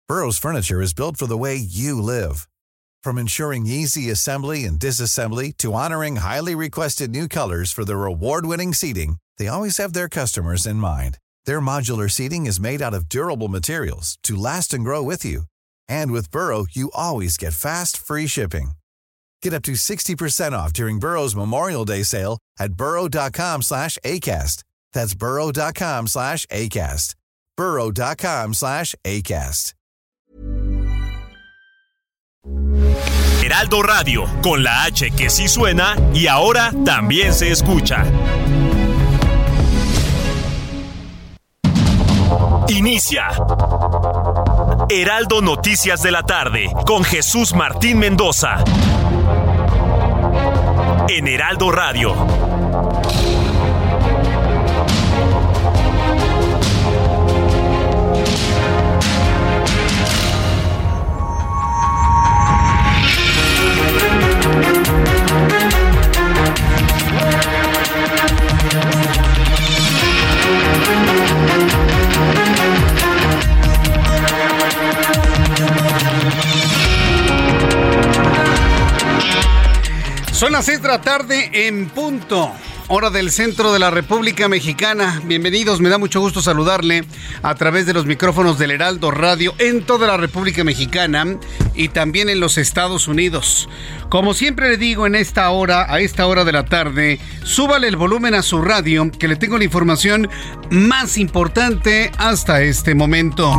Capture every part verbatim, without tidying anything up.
Burrow's furniture is built for the way you live. From ensuring easy assembly and disassembly to honoring highly requested new colors for their award-winning seating, they always have their customers in mind. Their modular seating is made out of durable materials to last and grow with you. And with Burrow, you always get fast, free shipping. Get up to sixty percent off during Burrow's Memorial Day sale at burrow.com slash ACAST. That's burrow.com slash ACAST. burrow.com slash ACAST. Heraldo Radio, con la H que sí suena y ahora también se escucha. Inicia Heraldo Noticias de la tarde con Jesús Martín Mendoza en Heraldo Radio. Son las seis de la tarde en punto, hora del centro de la República Mexicana. Bienvenidos, me da mucho gusto saludarle a través de los micrófonos del Heraldo Radio en toda la República Mexicana y también en los Estados Unidos. Como siempre le digo en esta hora, a esta hora de la tarde, súbale el volumen a su radio, que le tengo la información más importante hasta este momento.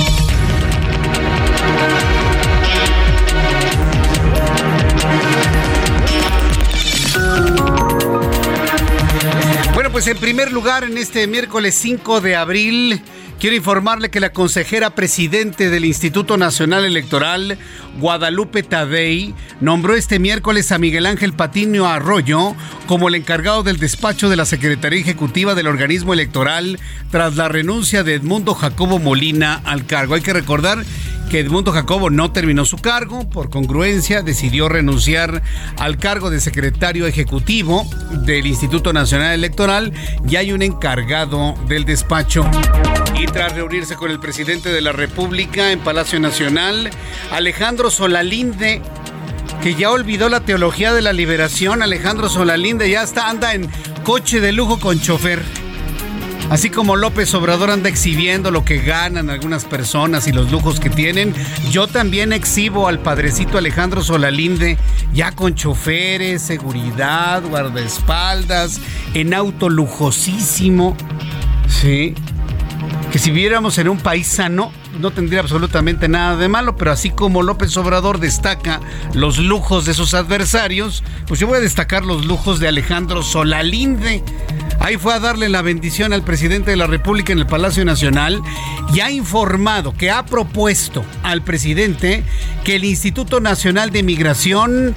Pues en primer lugar, en este miércoles cinco de abril, quiero informarle que la consejera presidente del Instituto Nacional Electoral, Guadalupe Tadei, nombró este miércoles a Miguel Ángel Patiño Arroyo como el encargado del despacho de la Secretaría Ejecutiva del organismo electoral tras la renuncia de Edmundo Jacobo Molina al cargo. Hay que recordar que Edmundo Jacobo no terminó su cargo, por congruencia decidió renunciar al cargo de secretario ejecutivo del Instituto Nacional Electoral y hay un encargado del despacho. Y tras reunirse con el presidente de la República en Palacio Nacional, Alejandro Solalinde, que ya olvidó la teología de la liberación, Alejandro Solalinde ya está, anda en coche de lujo con chofer. Así como López Obrador anda exhibiendo lo que ganan algunas personas y los lujos que tienen, yo también exhibo al padrecito Alejandro Solalinde, ya con choferes, seguridad, guardaespaldas, en auto lujosísimo. Sí, que si viviéramos en un país sano, no tendría absolutamente nada de malo, pero así como López Obrador destaca los lujos de sus adversarios, pues yo voy a destacar los lujos de Alejandro Solalinde. Ahí fue a darle la bendición al presidente de la República en el Palacio Nacional y ha informado que ha propuesto al presidente que el Instituto Nacional de Migración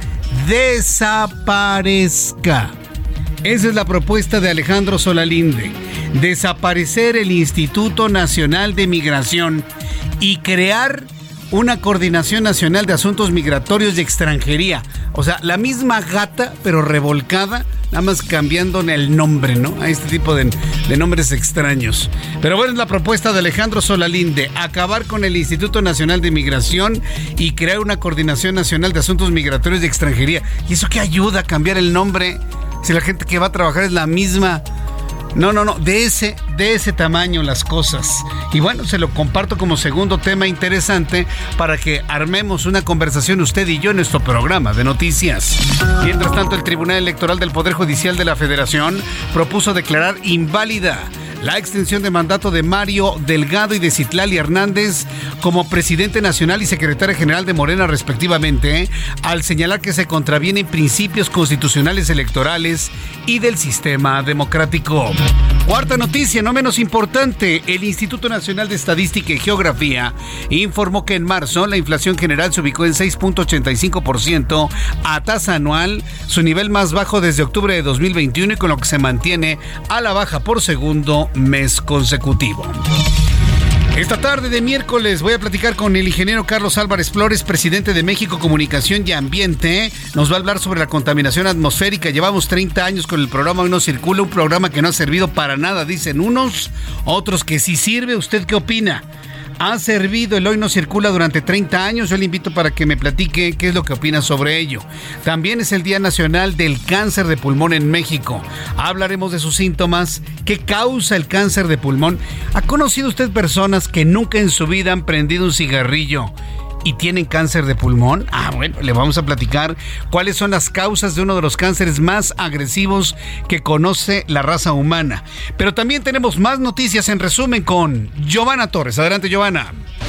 desaparezca. Esa es la propuesta de Alejandro Solalinde. Desaparecer el Instituto Nacional de Migración y crear una Coordinación Nacional de Asuntos Migratorios y Extranjería. O sea, la misma gata, pero revolcada, nada más cambiando el nombre, ¿no? A este tipo de, de nombres extraños. Pero bueno, es la propuesta de Alejandro Solalinde, acabar con el Instituto Nacional de Migración y crear una Coordinación Nacional de Asuntos Migratorios y Extranjería. ¿Y eso qué ayuda a cambiar el nombre si la gente que va a trabajar es la misma? No, no, no, de ese, de ese tamaño las cosas. Y bueno, se lo comparto como segundo tema interesante para que armemos una conversación usted y yo en nuestro programa de noticias. Mientras tanto, el Tribunal Electoral del Poder Judicial de la Federación propuso declarar inválida la extensión de mandato de Mario Delgado y de Citlali Hernández como presidente nacional y secretaria general de Morena respectivamente, al señalar que se contravienen principios constitucionales electorales y del sistema democrático. Cuarta noticia, no menos importante, el Instituto Nacional de Estadística y Geografía informó que en marzo la inflación general se ubicó en seis punto ochenta y cinco por ciento a tasa anual, su nivel más bajo desde octubre de dos mil veintiuno y con lo que se mantiene a la baja por segundo mes consecutivo. Esta tarde de miércoles voy a platicar con el ingeniero Carlos Álvarez Flores, presidente de México Comunicación y Ambiente. Nos va a hablar sobre la contaminación atmosférica. Llevamos treinta años con el programa Hoy No Circula, un programa que no ha servido para nada, dicen unos, otros que sí sirve. ¿Usted qué opina? ha servido, el Hoy No Circula durante treinta años. Yo le invito para que me platique qué es lo que opina sobre ello. También es el Día Nacional del Cáncer de Pulmón en México. Hablaremos de sus síntomas, qué causa el cáncer de pulmón. ¿Ha conocido usted personas que nunca en su vida han prendido un cigarrillo y tienen cáncer de pulmón? Ah, bueno, le vamos a platicar cuáles son las causas de uno de los cánceres más agresivos que conoce la raza humana. Pero también tenemos más noticias en resumen con Giovanna Torres. Adelante, Giovanna.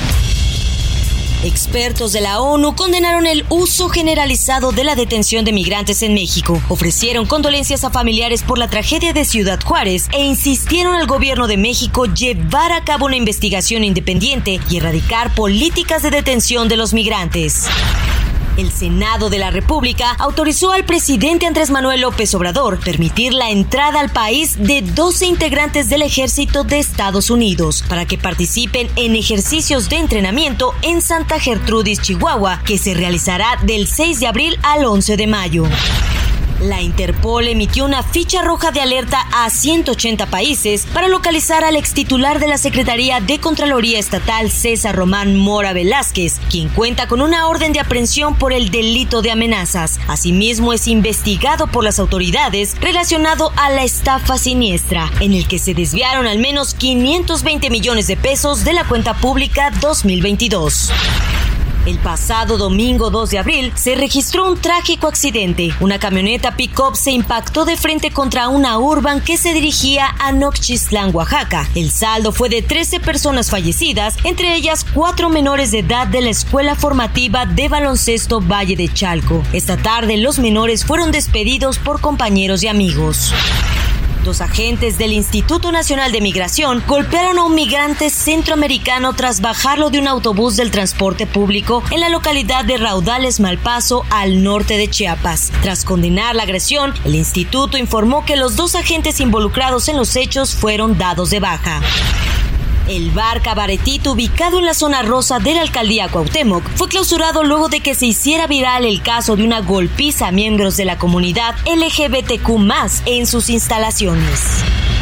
Expertos de la ONU condenaron el uso generalizado de la detención de migrantes en México, ofrecieron condolencias a familiares por la tragedia de Ciudad Juárez e insistieron al gobierno de México llevar a cabo una investigación independiente y erradicar políticas de detención de los migrantes. El Senado de la República autorizó al presidente Andrés Manuel López Obrador permitir la entrada al país de doce integrantes del Ejército de Estados Unidos para que participen en ejercicios de entrenamiento en Santa Gertrudis, Chihuahua, que se realizará del seis de abril al once de mayo. La Interpol emitió una ficha roja de alerta a ciento ochenta países para localizar al extitular de la Secretaría de Contraloría Estatal, César Román Mora Velázquez, quien cuenta con una orden de aprehensión por el delito de amenazas. Asimismo, es investigado por las autoridades relacionado a la estafa siniestra, en el que se desviaron al menos quinientos veinte millones de pesos de la cuenta pública dos mil veintidós. El pasado domingo dos de abril se registró un trágico accidente. Una camioneta pick-up se impactó de frente contra una Urban que se dirigía a Nochixtlán, Oaxaca. El saldo fue de trece personas fallecidas, entre ellas cuatro menores de edad de la Escuela Formativa de Baloncesto Valle de Chalco. Esta tarde los menores fueron despedidos por compañeros y amigos. Dos agentes del Instituto Nacional de Migración golpearon a un migrante centroamericano tras bajarlo de un autobús del transporte público en la localidad de Raudales, Malpaso, al norte de Chiapas. Tras condenar la agresión, el instituto informó que los dos agentes involucrados en los hechos fueron dados de baja. El bar Cabaretito, ubicado en la zona rosa de la alcaldía Cuauhtémoc, fue clausurado luego de que se hiciera viral el caso de una golpiza a miembros de la comunidad L G B T Q más, en sus instalaciones.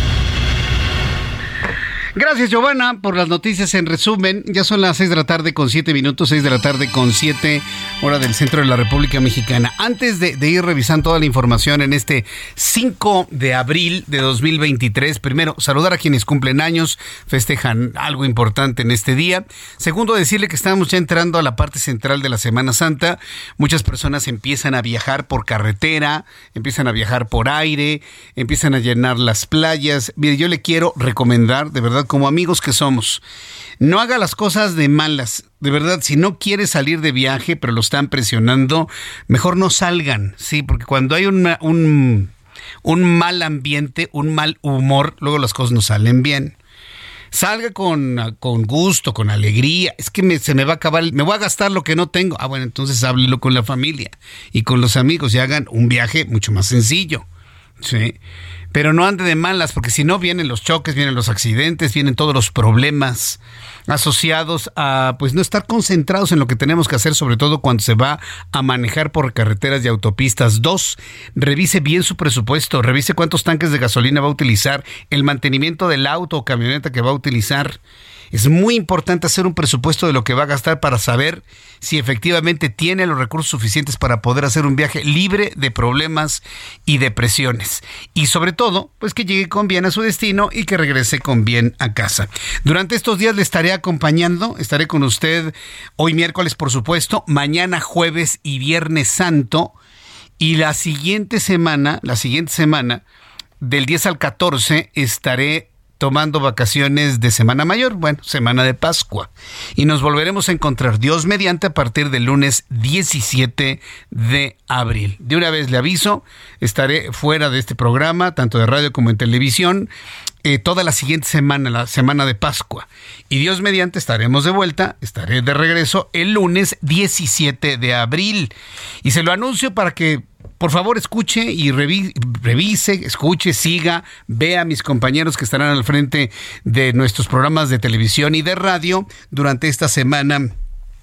Gracias, Giovanna, por las noticias en resumen. Ya son las seis de la tarde con siete minutos, seis de la tarde con siete, hora del centro de la República Mexicana. Antes de, de ir revisando toda la información en este cinco de abril de dos mil veintitrés, primero, saludar a quienes cumplen años, festejan algo importante en este día. Segundo, decirle que estamos ya entrando a la parte central de la Semana Santa. Muchas personas empiezan a viajar por carretera, empiezan a viajar por aire, empiezan a llenar las playas. Mire, yo le quiero recomendar, de verdad, como amigos que somos, no haga las cosas de malas. De verdad, si no quiere salir de viaje, pero lo están presionando, mejor no salgan, sí, porque cuando hay una, un, un mal ambiente, un mal humor, luego las cosas no salen bien. Salga con, con gusto, con alegría. Es que me, se me va a acabar, me voy a gastar lo que no tengo. Ah, bueno, entonces háblelo con la familia y con los amigos y hagan un viaje mucho más sencillo, sí. Pero no ande de malas, porque si no vienen los choques, vienen los accidentes, vienen todos los problemas asociados a pues no estar concentrados en lo que tenemos que hacer, sobre todo cuando se va a manejar por carreteras y autopistas. Dos, revise bien su presupuesto, revise cuántos tanques de gasolina va a utilizar, el mantenimiento del auto o camioneta que va a utilizar. Es muy importante hacer un presupuesto de lo que va a gastar para saber si efectivamente tiene los recursos suficientes para poder hacer un viaje libre de problemas y de presiones. Y sobre todo, pues que llegue con bien a su destino y que regrese con bien a casa. Durante estos días le estaré acompañando, estaré con usted hoy miércoles, por supuesto, mañana jueves y viernes santo. Y la siguiente semana, la siguiente semana, del diez al catorce, estaré tomando vacaciones de Semana Mayor, bueno, Semana de Pascua. Y nos volveremos a encontrar, Dios mediante, a partir del lunes diecisiete de abril. De una vez le aviso, estaré fuera de este programa, tanto de radio como en televisión, eh, toda la siguiente semana, la Semana de Pascua. Y Dios mediante estaremos de vuelta, estaré de regreso el lunes diecisiete de abril. Y se lo anuncio para que por favor, escuche y revi- revise, escuche, siga, vea a mis compañeros que estarán al frente de nuestros programas de televisión y de radio durante esta semana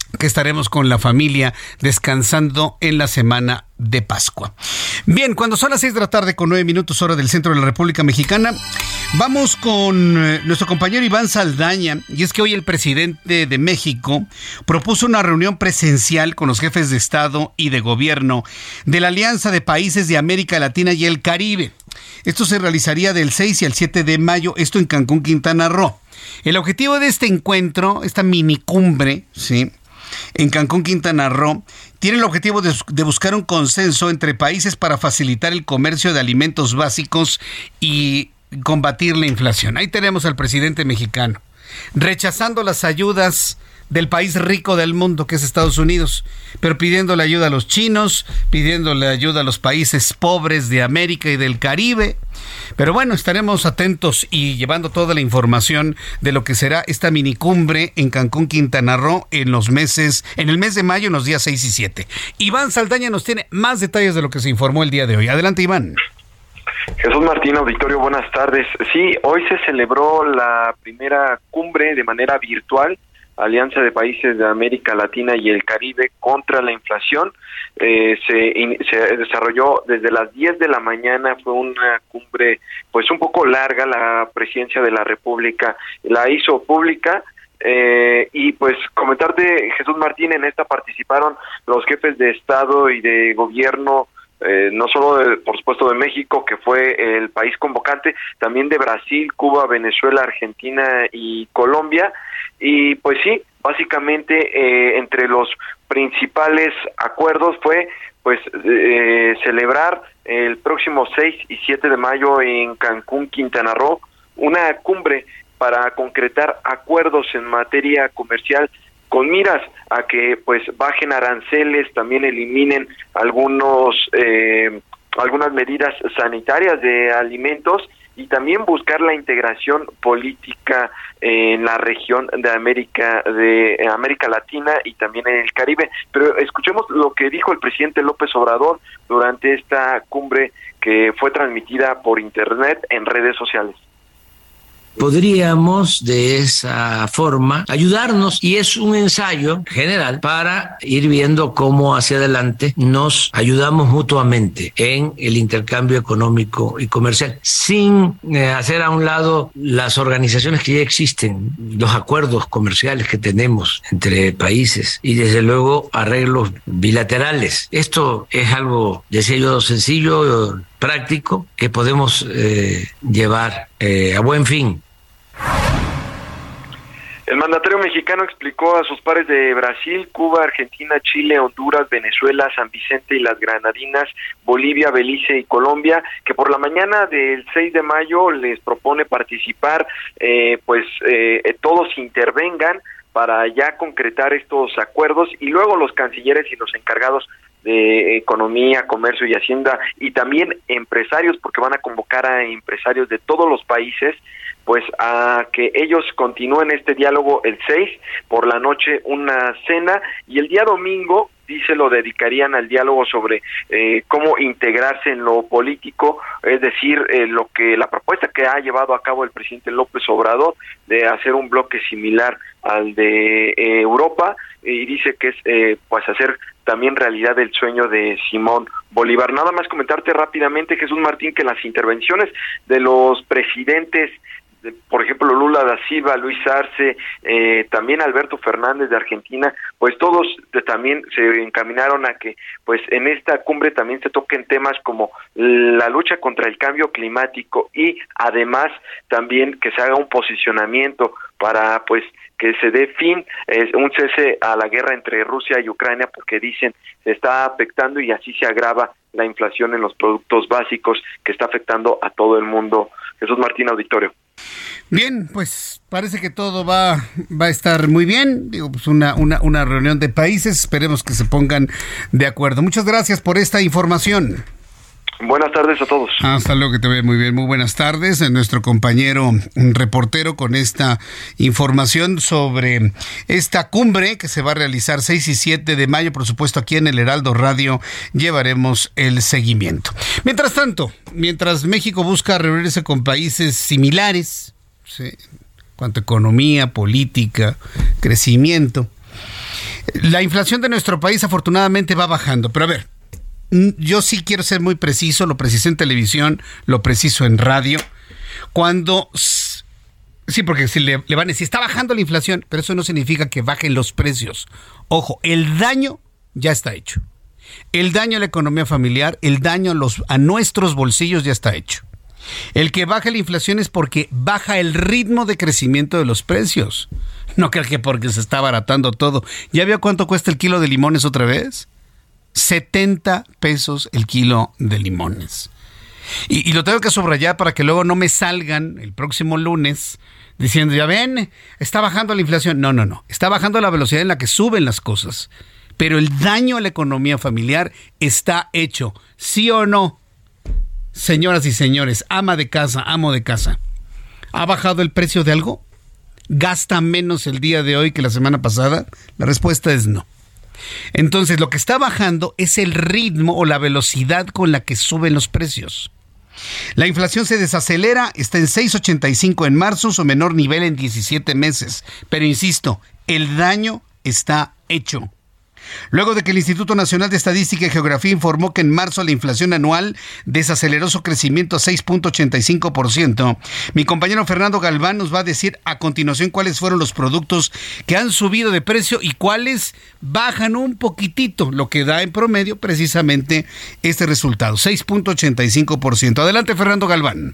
que estaremos con la familia descansando en la semana de Pascua. Bien, cuando son las seis de la tarde con nueve minutos hora del centro de la República Mexicana, vamos con eh, nuestro compañero Iván Saldaña, y es que hoy el presidente de México propuso una reunión presencial con los jefes de Estado y de Gobierno de la Alianza de Países de América Latina y el Caribe. Esto se realizaría del seis al siete de mayo, esto en Cancún, Quintana Roo. El objetivo de este encuentro, esta minicumbre, ¿sí?, en Cancún, Quintana Roo, tiene el objetivo de, de buscar un consenso entre países para facilitar el comercio de alimentos básicos y combatir la inflación. Ahí tenemos al presidente mexicano rechazando las ayudas del país rico del mundo, que es Estados Unidos, pero pidiéndole ayuda a los chinos, pidiéndole ayuda a los países pobres de América y del Caribe. Pero bueno, estaremos atentos y llevando toda la información de lo que será esta minicumbre en Cancún, Quintana Roo, en los meses, en el mes de mayo, en los días seis y siete. Iván Saldaña nos tiene más detalles de lo que se informó el día de hoy. Adelante, Iván. Jesús Martín, auditorio, buenas tardes. Sí, hoy se celebró la primera cumbre de manera virtual, Alianza de Países de América Latina y el Caribe contra la inflación. Eh, se, in, se desarrolló desde las diez de la mañana, fue una cumbre pues un poco larga, la Presidencia de la República la hizo pública. Eh, y pues comentarte, Jesús Martín, en esta participaron los jefes de Estado y de Gobierno, Eh, no solo de, por supuesto de México, que fue el país convocante, también de Brasil, Cuba, Venezuela, Argentina y Colombia. Y pues sí, básicamente eh, entre los principales acuerdos fue pues eh, celebrar el próximo seis y siete de mayo en Cancún, Quintana Roo, una cumbre para concretar acuerdos en materia comercial con miras a que pues bajen aranceles, también eliminen algunos eh, algunas medidas sanitarias de alimentos y también buscar la integración política en la región de América de América Latina y también en el Caribe. Pero escuchemos lo que dijo el presidente López Obrador durante esta cumbre que fue transmitida por internet en redes sociales. Podríamos de esa forma ayudarnos, y es un ensayo general para ir viendo cómo hacia adelante nos ayudamos mutuamente en el intercambio económico y comercial, sin eh, hacer a un lado las organizaciones que ya existen, los acuerdos comerciales que tenemos entre países y desde luego arreglos bilaterales. Esto es algo, decía yo, sencillo, práctico, que podemos eh, llevar eh, a buen fin. El mandatario mexicano explicó a sus pares de Brasil, Cuba, Argentina, Chile, Honduras, Venezuela, San Vicente y las Granadinas, Bolivia, Belice y Colombia, que por la mañana del seis de mayo les propone participar, eh, pues eh, todos intervengan para ya concretar estos acuerdos, y luego los cancilleres y los encargados de Economía, Comercio y Hacienda, y también empresarios, porque van a convocar a empresarios de todos los países, pues a que ellos continúen este diálogo el seis, por la noche una cena, y el día domingo, dice, lo dedicarían al diálogo sobre eh, cómo integrarse en lo político, es decir, eh, lo que la propuesta que ha llevado a cabo el presidente López Obrador de hacer un bloque similar al de eh, Europa, y dice que es eh, pues hacer también realidad el sueño de Simón Bolívar. Nada más comentarte rápidamente, Jesús Martín, que las intervenciones de los presidentes, por ejemplo Lula da Silva, Luis Arce, eh, también Alberto Fernández de Argentina, pues todos de, también se encaminaron a que pues en esta cumbre también se toquen temas como la lucha contra el cambio climático, y además también que se haga un posicionamiento para pues que se dé fin, eh, un cese a la guerra entre Rusia y Ucrania, porque dicen se está afectando y así se agrava la inflación en los productos básicos que está afectando a todo el mundo. Jesús Martín, auditorio. Bien, pues parece que todo va va a estar muy bien. Digo, pues una una una reunión de países, esperemos que se pongan de acuerdo. Muchas gracias por esta información. Buenas tardes a todos. Hasta luego, que te vea muy bien. Muy buenas tardes. Nuestro compañero reportero con esta información sobre esta cumbre que se va a realizar seis y siete de mayo. Por supuesto, aquí en el Heraldo Radio llevaremos el seguimiento. Mientras tanto, mientras México busca reunirse con países similares, ¿sí?, en cuanto a economía, política, crecimiento, La inflación de nuestro país afortunadamente va bajando, pero a ver, yo sí quiero ser muy preciso, lo preciso en televisión, lo preciso en radio, cuando... Sí, porque si le, le van a decir, está bajando la inflación, pero eso no significa que bajen los precios. Ojo, el daño ya está hecho. El daño a la economía familiar, el daño a, los, a nuestros bolsillos ya está hecho. El que baja la inflación es porque baja el ritmo de crecimiento de los precios. No creo que porque se está abaratando todo. ¿Ya vio cuánto cuesta el kilo de limones otra vez? setenta pesos el kilo de limones. Y, y lo tengo que subrayar para que luego no me salgan el próximo lunes diciendo, ya ven, está bajando la inflación. No, no, no. Está bajando la velocidad en la que suben las cosas. Pero el daño a la economía familiar está hecho. ¿Sí o no? Señoras y señores, ama de casa, amo de casa. ¿Ha bajado el precio de algo? ¿Gasta menos el día de hoy que la semana pasada? La respuesta es no. Entonces, lo que está bajando es el ritmo o la velocidad con la que suben los precios. La inflación se desacelera, está en seis punto ochenta y cinco en marzo, su menor nivel en diecisiete meses. Pero insisto, el daño está hecho. Luego de que el Instituto Nacional de Estadística y Geografía informó que en marzo la inflación anual desaceleró su crecimiento a seis punto ochenta y cinco por ciento, mi compañero Fernando Galván nos va a decir a continuación cuáles fueron los productos que han subido de precio y cuáles bajan un poquitito, lo que da en promedio precisamente este resultado, seis punto ochenta y cinco por ciento. Adelante, Fernando Galván.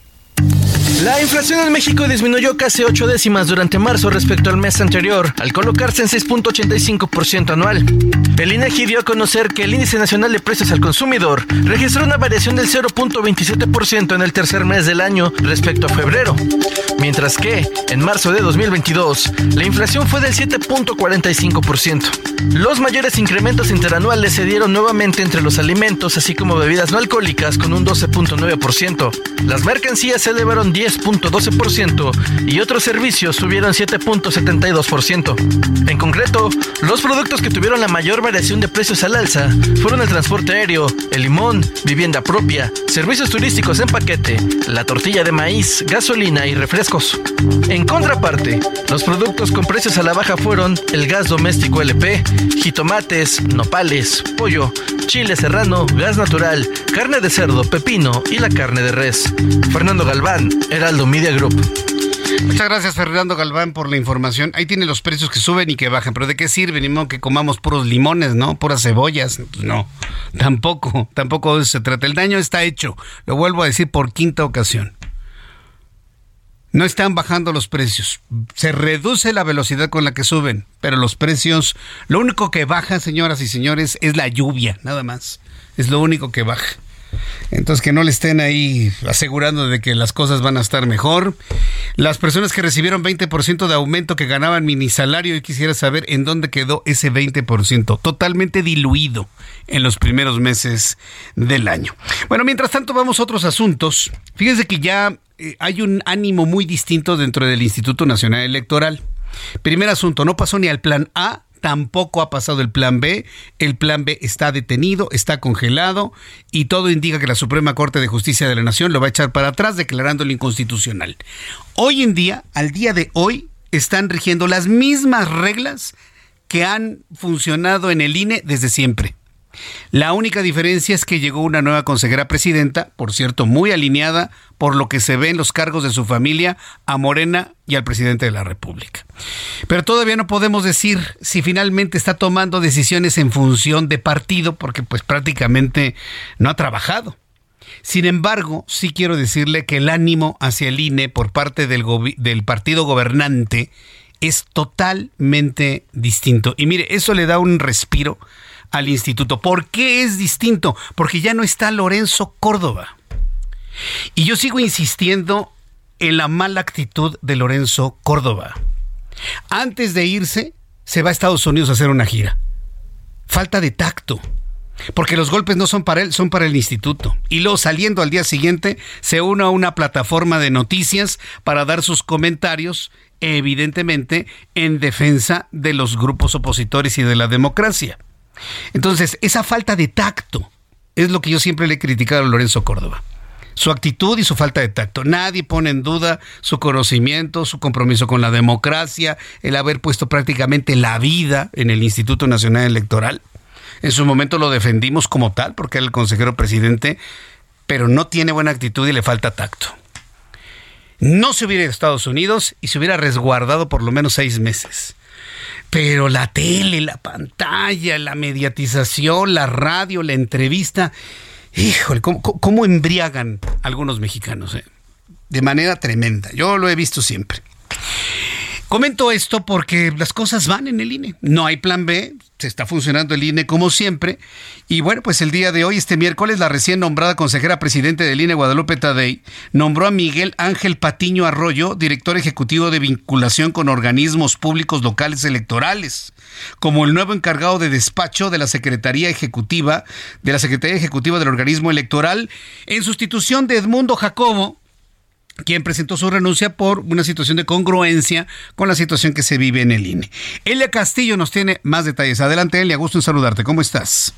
La inflación en México disminuyó casi ocho décimas durante marzo respecto al mes anterior, al colocarse en seis punto ochenta y cinco por ciento anual. El INEGI dio a conocer que el Índice Nacional de Precios al Consumidor registró una variación del cero punto veintisiete por ciento en el tercer mes del año respecto a febrero, mientras que, en marzo de dos mil veintidós, la inflación fue del siete punto cuarenta y cinco por ciento. Los mayores incrementos interanuales se dieron nuevamente entre los alimentos, así como bebidas no alcohólicas, con un doce punto nueve por ciento. Las mercancías se elevaron diez punto doce por ciento y otros servicios subieron siete punto setenta y dos por ciento. En concreto, los productos que tuvieron la mayor variación de precios al alza fueron el transporte aéreo, el limón, vivienda propia, servicios turísticos en paquete, la tortilla de maíz, gasolina y refrescos. En contraparte, los productos con precios a la baja fueron el gas doméstico L P, jitomates, nopales, pollo, chile serrano, gas natural, carne de cerdo, pepino y la carne de res. Fernando Galván, Heraldo Media Group. Muchas gracias, Fernando Galván, por la información. Ahí tiene los precios que suben y que bajan, pero ¿de qué sirve? Ni modo que comamos puros limones, ¿no? Puras cebollas. Pues no, tampoco, tampoco de eso se trata. El daño está hecho, lo vuelvo a decir por quinta ocasión. No están bajando los precios, se reduce la velocidad con la que suben, pero los precios, lo único que baja, señoras y señores, es la lluvia, nada más. Es lo único que baja. Entonces, que no le estén ahí asegurando de que las cosas van a estar mejor. Las personas que recibieron veinte por ciento de aumento, que ganaban mini salario, y quisiera saber en dónde quedó ese veinte por ciento, totalmente diluido en los primeros meses del año. Bueno, mientras tanto vamos a otros asuntos. Fíjense que ya eh, hay un ánimo muy distinto dentro del Instituto Nacional Electoral. Primer asunto, no pasó ni al plan A, tampoco ha pasado el plan B. El plan B está detenido, está congelado y todo indica que la Suprema Corte de Justicia de la Nación lo va a echar para atrás, declarándolo inconstitucional. Hoy en día, al día de hoy, están rigiendo las mismas reglas que han funcionado en el I N E desde siempre. La única diferencia es que llegó una nueva consejera presidenta, por cierto, muy alineada por lo que se ve en los cargos de su familia a Morena y al presidente de la República. Pero todavía no podemos decir si finalmente está tomando decisiones en función de partido, porque pues prácticamente no ha trabajado. Sin embargo, sí quiero decirle que el ánimo hacia el I N E por parte del, gobi- del partido gobernante es totalmente distinto. Y mire, eso le da un respiro al instituto. ¿Por qué es distinto? Porque ya no está Lorenzo Córdoba. Y yo sigo insistiendo en la mala actitud de Lorenzo Córdoba. Antes de irse, se va a Estados Unidos a hacer una gira. Falta de tacto. Porque los golpes no son para él, son para el instituto. Y luego, saliendo al día siguiente, se une a una plataforma de noticias para dar sus comentarios, evidentemente, en defensa de los grupos opositores y de la democracia. Entonces, esa falta de tacto es lo que yo siempre le he criticado a Lorenzo Córdoba. su actitud y su falta de tacto. Nadie pone en duda su conocimiento, su compromiso con la democracia, el haber puesto prácticamente la vida en el Instituto Nacional Electoral. En su momento lo defendimos como tal, porque era el consejero presidente, pero no tiene buena actitud y le falta tacto. No se hubiera ido a Estados Unidos y se hubiera resguardado por lo menos seis meses. Pero la tele, la pantalla, la mediatización, la radio, la entrevista, híjole, cómo, cómo embriagan algunos mexicanos, ¿eh? De manera tremenda. Yo lo he visto siempre. Comento esto porque las cosas van en el I N E. No hay plan B, se está funcionando el I N E como siempre. Y bueno, pues el día de hoy, este miércoles, la recién nombrada consejera presidente del I N E, Guadalupe Tadei, nombró a Miguel Ángel Patiño Arroyo, director ejecutivo de vinculación con organismos públicos locales electorales, como el nuevo encargado de despacho de la Secretaría Ejecutiva, de la Secretaría Ejecutiva del Organismo Electoral, en sustitución de Edmundo Jacobo, quien presentó su renuncia por una situación de congruencia con la situación que se vive en el I N E. Elia Castillo nos tiene más detalles. Adelante, Elia, gusto en saludarte. ¿Cómo estás?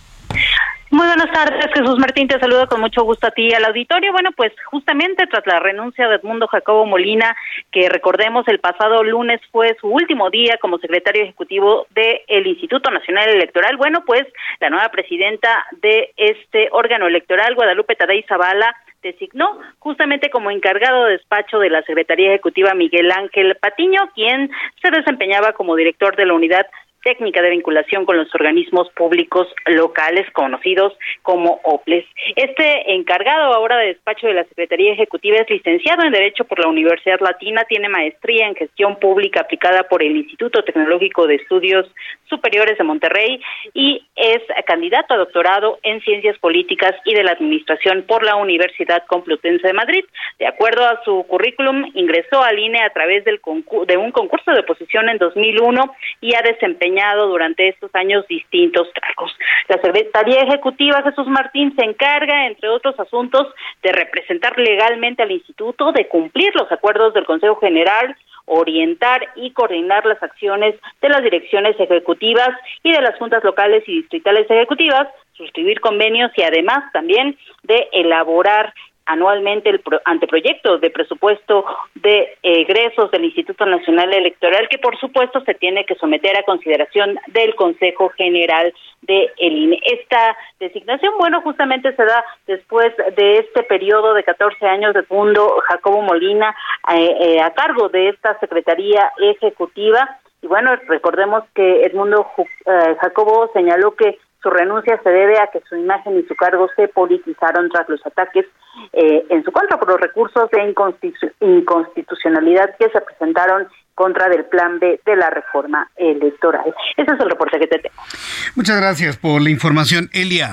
Muy buenas tardes, Jesús Martín, te saludo con mucho gusto a ti y al auditorio. Bueno, pues justamente tras la renuncia de Edmundo Jacobo Molina, que recordemos el pasado lunes fue su último día como secretario ejecutivo del Instituto Nacional Electoral, bueno, pues la nueva presidenta de este órgano electoral, Guadalupe Tadei Zavala, designó justamente como encargado de despacho de la Secretaría Ejecutiva Miguel Ángel Patiño, quien se desempeñaba como director de la Unidad Técnica de Vinculación con los Organismos Públicos Locales, conocidos como O P L E S. Este encargado ahora de despacho de la Secretaría Ejecutiva es licenciado en Derecho por la Universidad Latina, tiene maestría en Gestión Pública aplicada por el Instituto Tecnológico de Estudios Superiores de Monterrey y es candidato a doctorado en Ciencias Políticas y de la Administración por la Universidad Complutense de Madrid. De acuerdo a su currículum, ingresó al I N E a través del concur- de un concurso de oposición en dos mil uno y ha desempeñado durante estos años distintos cargos. La Secretaría Ejecutiva, Jesús Martín, se encarga, entre otros asuntos, de representar legalmente al Instituto, de cumplir los acuerdos del Consejo General, orientar y coordinar las acciones de las direcciones ejecutivas y de las juntas locales y distritales ejecutivas, suscribir convenios y además también de elaborar anualmente el pro- anteproyecto de presupuesto de egresos del Instituto Nacional Electoral, que por supuesto se tiene que someter a consideración del Consejo General del I N E. Esta designación, bueno, justamente se da después de este periodo de catorce años de Edmundo Jacobo Molina eh, eh, a cargo de esta Secretaría Ejecutiva. Y bueno, recordemos que Edmundo eh, Jacobo señaló que su renuncia se debe a que su imagen y su cargo se politizaron tras los ataques eh, en su contra por los recursos de inconstitu- inconstitucionalidad que se presentaron contra del plan B de la reforma electoral. Ese es el reporte que te tengo. Muchas gracias por la información, Elia.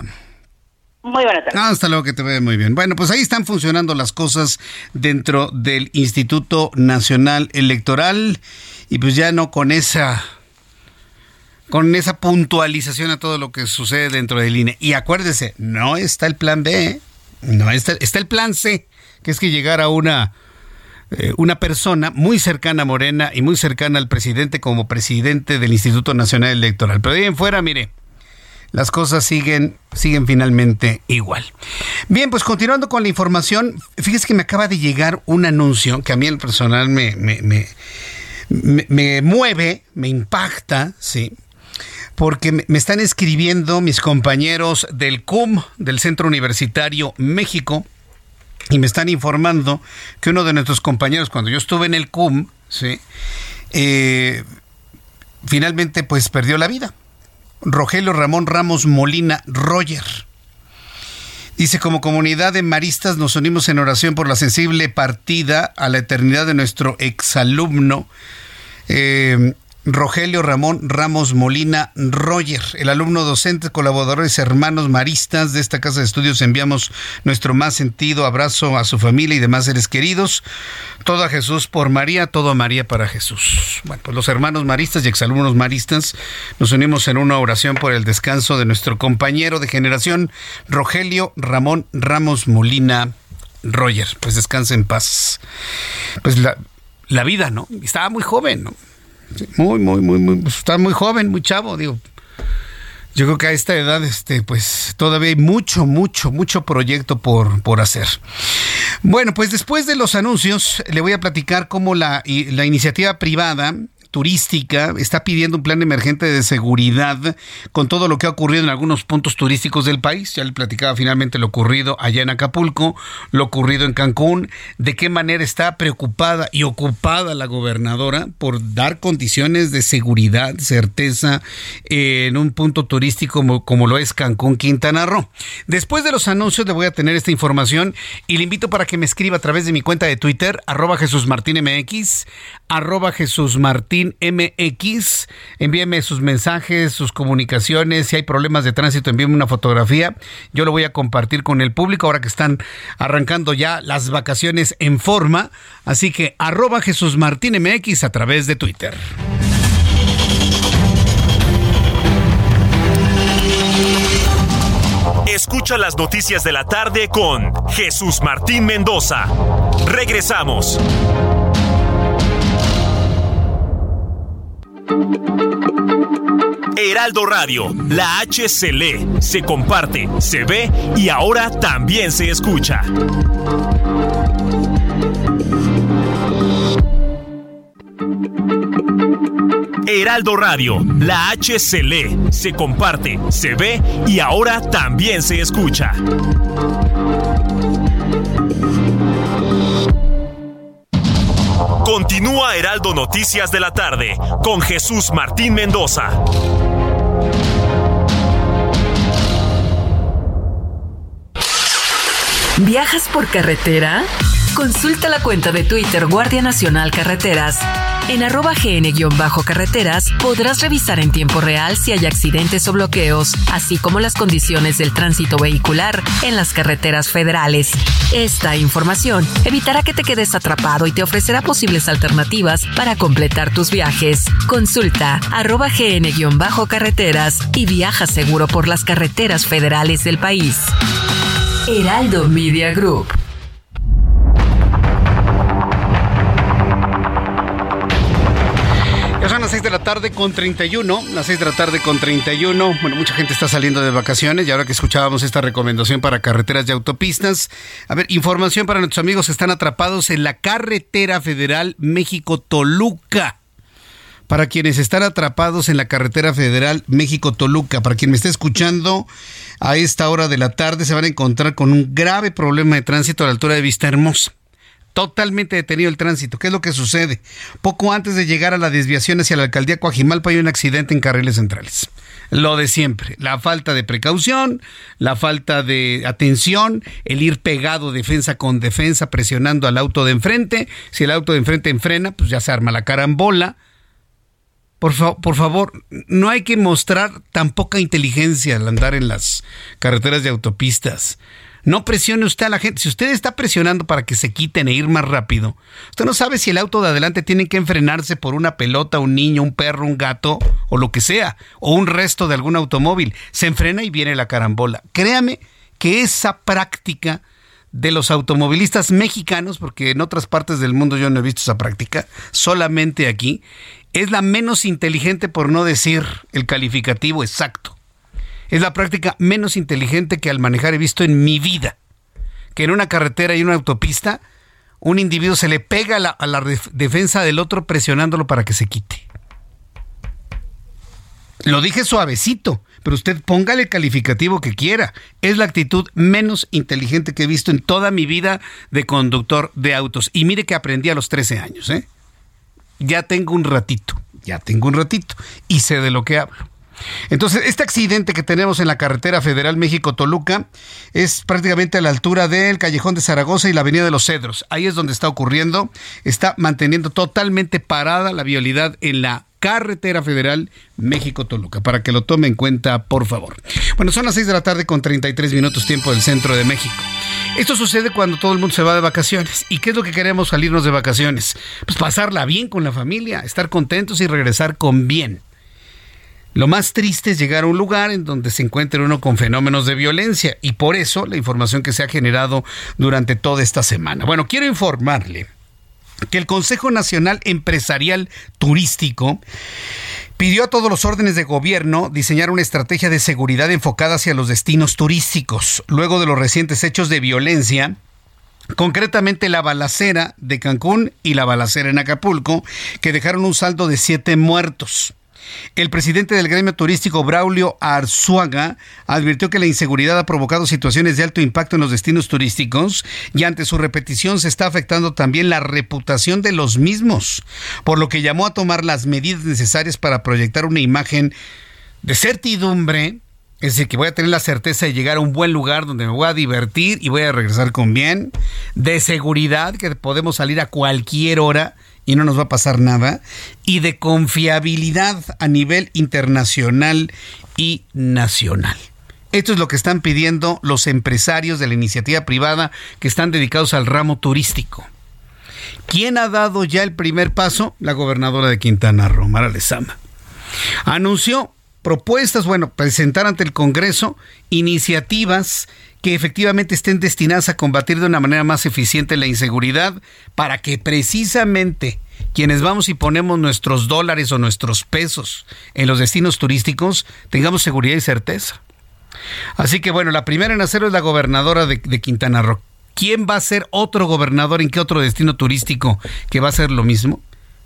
Muy buenas tardes. Ah, hasta luego, que te vea muy bien. Bueno, pues ahí están funcionando las cosas dentro del Instituto Nacional Electoral y pues ya no con esa... con esa puntualización a todo lo que sucede dentro del I N E. Y acuérdese, no está el plan B, no está, está el plan C, que es que llegara una, eh, una persona muy cercana a Morena y muy cercana al presidente como presidente del Instituto Nacional Electoral. Pero de ahí en fuera, mire, las cosas siguen, siguen finalmente igual. Bien, pues continuando con la información, fíjese que me acaba de llegar un anuncio que a mí en el personal me, me, me, me, me mueve, me impacta, sí, porque me están escribiendo mis compañeros del C U M, del Centro Universitario México, y me están informando que uno de nuestros compañeros, cuando yo estuve en el C U M, ¿sí? eh, finalmente pues perdió la vida. Rogelio Ramón Ramos Molina Roger. Dice, como comunidad de maristas nos unimos en oración por la sensible partida a la eternidad de nuestro exalumno eh, Rogelio Ramón Ramos Molina Roger, el alumno docente, colaboradores, hermanos maristas de esta casa de estudios. Enviamos nuestro más sentido abrazo a su familia y demás seres queridos. Todo a Jesús por María, todo a María para Jesús. Bueno, pues los hermanos maristas y exalumnos maristas nos unimos en una oración por el descanso de nuestro compañero de generación, Rogelio Ramón Ramos Molina Roger. Pues descanse en paz. Pues la, la vida, ¿no? Estaba muy joven, ¿no? Muy, muy, muy, muy, pues está muy joven, muy chavo, digo. Yo creo que a esta edad, este, pues, todavía hay mucho, mucho, mucho proyecto por, por hacer. Bueno, pues después de los anuncios, le voy a platicar cómo la, la iniciativa privada turística está pidiendo un plan emergente de seguridad con todo lo que ha ocurrido en algunos puntos turísticos del país. Ya le platicaba finalmente lo ocurrido allá en Acapulco, lo ocurrido en Cancún, de qué manera está preocupada y ocupada la gobernadora por dar condiciones de seguridad, certeza en un punto turístico como, como lo es Cancún, Quintana Roo. Después de los anuncios le voy a tener esta información y le invito para que me escriba a través de mi cuenta de Twitter, arroba Jesús Martín M X, arroba Jesús Martín M X. Envíeme sus mensajes, sus comunicaciones. Si hay problemas de tránsito, envíeme una fotografía. Yo lo voy a compartir con el público ahora que están arrancando ya las vacaciones en forma. Así que arroba Jesús Martín M X a través de Twitter. Escucha las noticias de la tarde con Jesús Martín Mendoza. Regresamos. Heraldo Radio, la H se lee, se comparte, se ve y ahora también se escucha. Heraldo Radio, la H se lee, se comparte, se ve y ahora también se escucha. Continúa Heraldo Noticias de la tarde con Jesús Martín Mendoza. ¿Viajas por carretera? Consulta la cuenta de Twitter Guardia Nacional Carreteras. En arroba gn-carreteras podrás revisar en tiempo real si hay accidentes o bloqueos, así como las condiciones del tránsito vehicular en las carreteras federales. Esta información evitará que te quedes atrapado y te ofrecerá posibles alternativas para completar tus viajes. Consulta arroba gn-carreteras y viaja seguro por las carreteras federales del país. Heraldo Media Group. Son las seis de la tarde con treinta y uno, las seis de la tarde con treinta y uno. Bueno, mucha gente está saliendo de vacaciones y ahora que escuchábamos esta recomendación para carreteras y autopistas. A ver, información para nuestros amigos que están atrapados en la carretera federal México-Toluca. Para quienes están atrapados en la carretera federal México-Toluca, para quien me esté escuchando a esta hora de la tarde, se van a encontrar con un grave problema de tránsito a la altura de Vistahermosa. Totalmente detenido el tránsito. ¿Qué es lo que sucede? Poco antes de llegar a la desviación hacia la alcaldía Coajimalpa hay un accidente en carriles centrales. Lo de siempre, la falta de precaución, la falta de atención, el ir pegado defensa con defensa presionando al auto de enfrente. Si el auto de enfrente enfrena, pues ya se arma la carambola. Por, fa- por favor, no hay que mostrar tan poca inteligencia al andar en las carreteras de autopistas. No presione usted a la gente. Si usted está presionando para que se quiten e ir más rápido, usted no sabe si el auto de adelante tiene que enfrenarse por una pelota, un niño, un perro, un gato o lo que sea, o un resto de algún automóvil. Se enfrena y viene la carambola. Créame que esa práctica de los automovilistas mexicanos, porque en otras partes del mundo yo no he visto esa práctica, solamente aquí, es la menos inteligente, por no decir el calificativo exacto. Es la práctica menos inteligente que al manejar he visto en mi vida. Que en una carretera y una autopista, un individuo se le pega a la, a la def- defensa del otro presionándolo para que se quite. Lo dije suavecito, pero usted póngale el calificativo que quiera. Es la actitud menos inteligente que he visto en toda mi vida de conductor de autos. Y mire que aprendí a los trece años, ¿eh? Ya tengo un ratito, ya tengo un ratito y sé de lo que hablo. Entonces, este accidente que tenemos en la carretera federal México-Toluca es prácticamente a la altura del Callejón de Zaragoza y la Avenida de los Cedros. Ahí es donde está ocurriendo. Está manteniendo totalmente parada la vialidad en la carretera federal México-Toluca, para que lo tome en cuenta, por favor. Bueno, son las seis de la tarde con treinta y tres minutos tiempo del centro de México. Esto sucede cuando todo el mundo se va de vacaciones. ¿Y qué es lo que queremos salirnos de vacaciones? Pues pasarla bien con la familia, estar contentos y regresar con bien. Lo más triste es llegar a un lugar en donde se encuentre uno con fenómenos de violencia, y por eso la información que se ha generado durante toda esta semana. Bueno, quiero informarle que el Consejo Nacional Empresarial Turístico pidió a todos los órdenes de gobierno diseñar una estrategia de seguridad enfocada hacia los destinos turísticos, luego de los recientes hechos de violencia Concretamente la balacera de Cancún y la balacera en Acapulco, que dejaron un saldo de siete muertos. El presidente del gremio turístico, Braulio Arzuaga, advirtió que la inseguridad ha provocado situaciones de alto impacto en los destinos turísticos y ante su repetición se está afectando también la reputación de los mismos, por lo que llamó a tomar las medidas necesarias para proyectar una imagen de certidumbre. Es decir, que voy a tener la certeza de llegar a un buen lugar donde me voy a divertir y voy a regresar con bien. De seguridad, que podemos salir a cualquier hora y no nos va a pasar nada. Y de confiabilidad a nivel internacional y nacional. Esto es lo que están pidiendo los empresarios de la iniciativa privada que están dedicados al ramo turístico. ¿Quién ha dado ya el primer paso? La gobernadora de Quintana Roo, Mara Lezama. Anunció propuestas, bueno, presentar ante el Congreso iniciativas que efectivamente estén destinadas a combatir de una manera más eficiente la inseguridad para que precisamente quienes vamos y ponemos nuestros dólares o nuestros pesos en los destinos turísticos tengamos seguridad y certeza. Así que bueno, la primera en hacerlo es la gobernadora de, de Quintana Roo. ¿Quién va a ser otro gobernador en qué otro destino turístico que va a hacer lo mismo?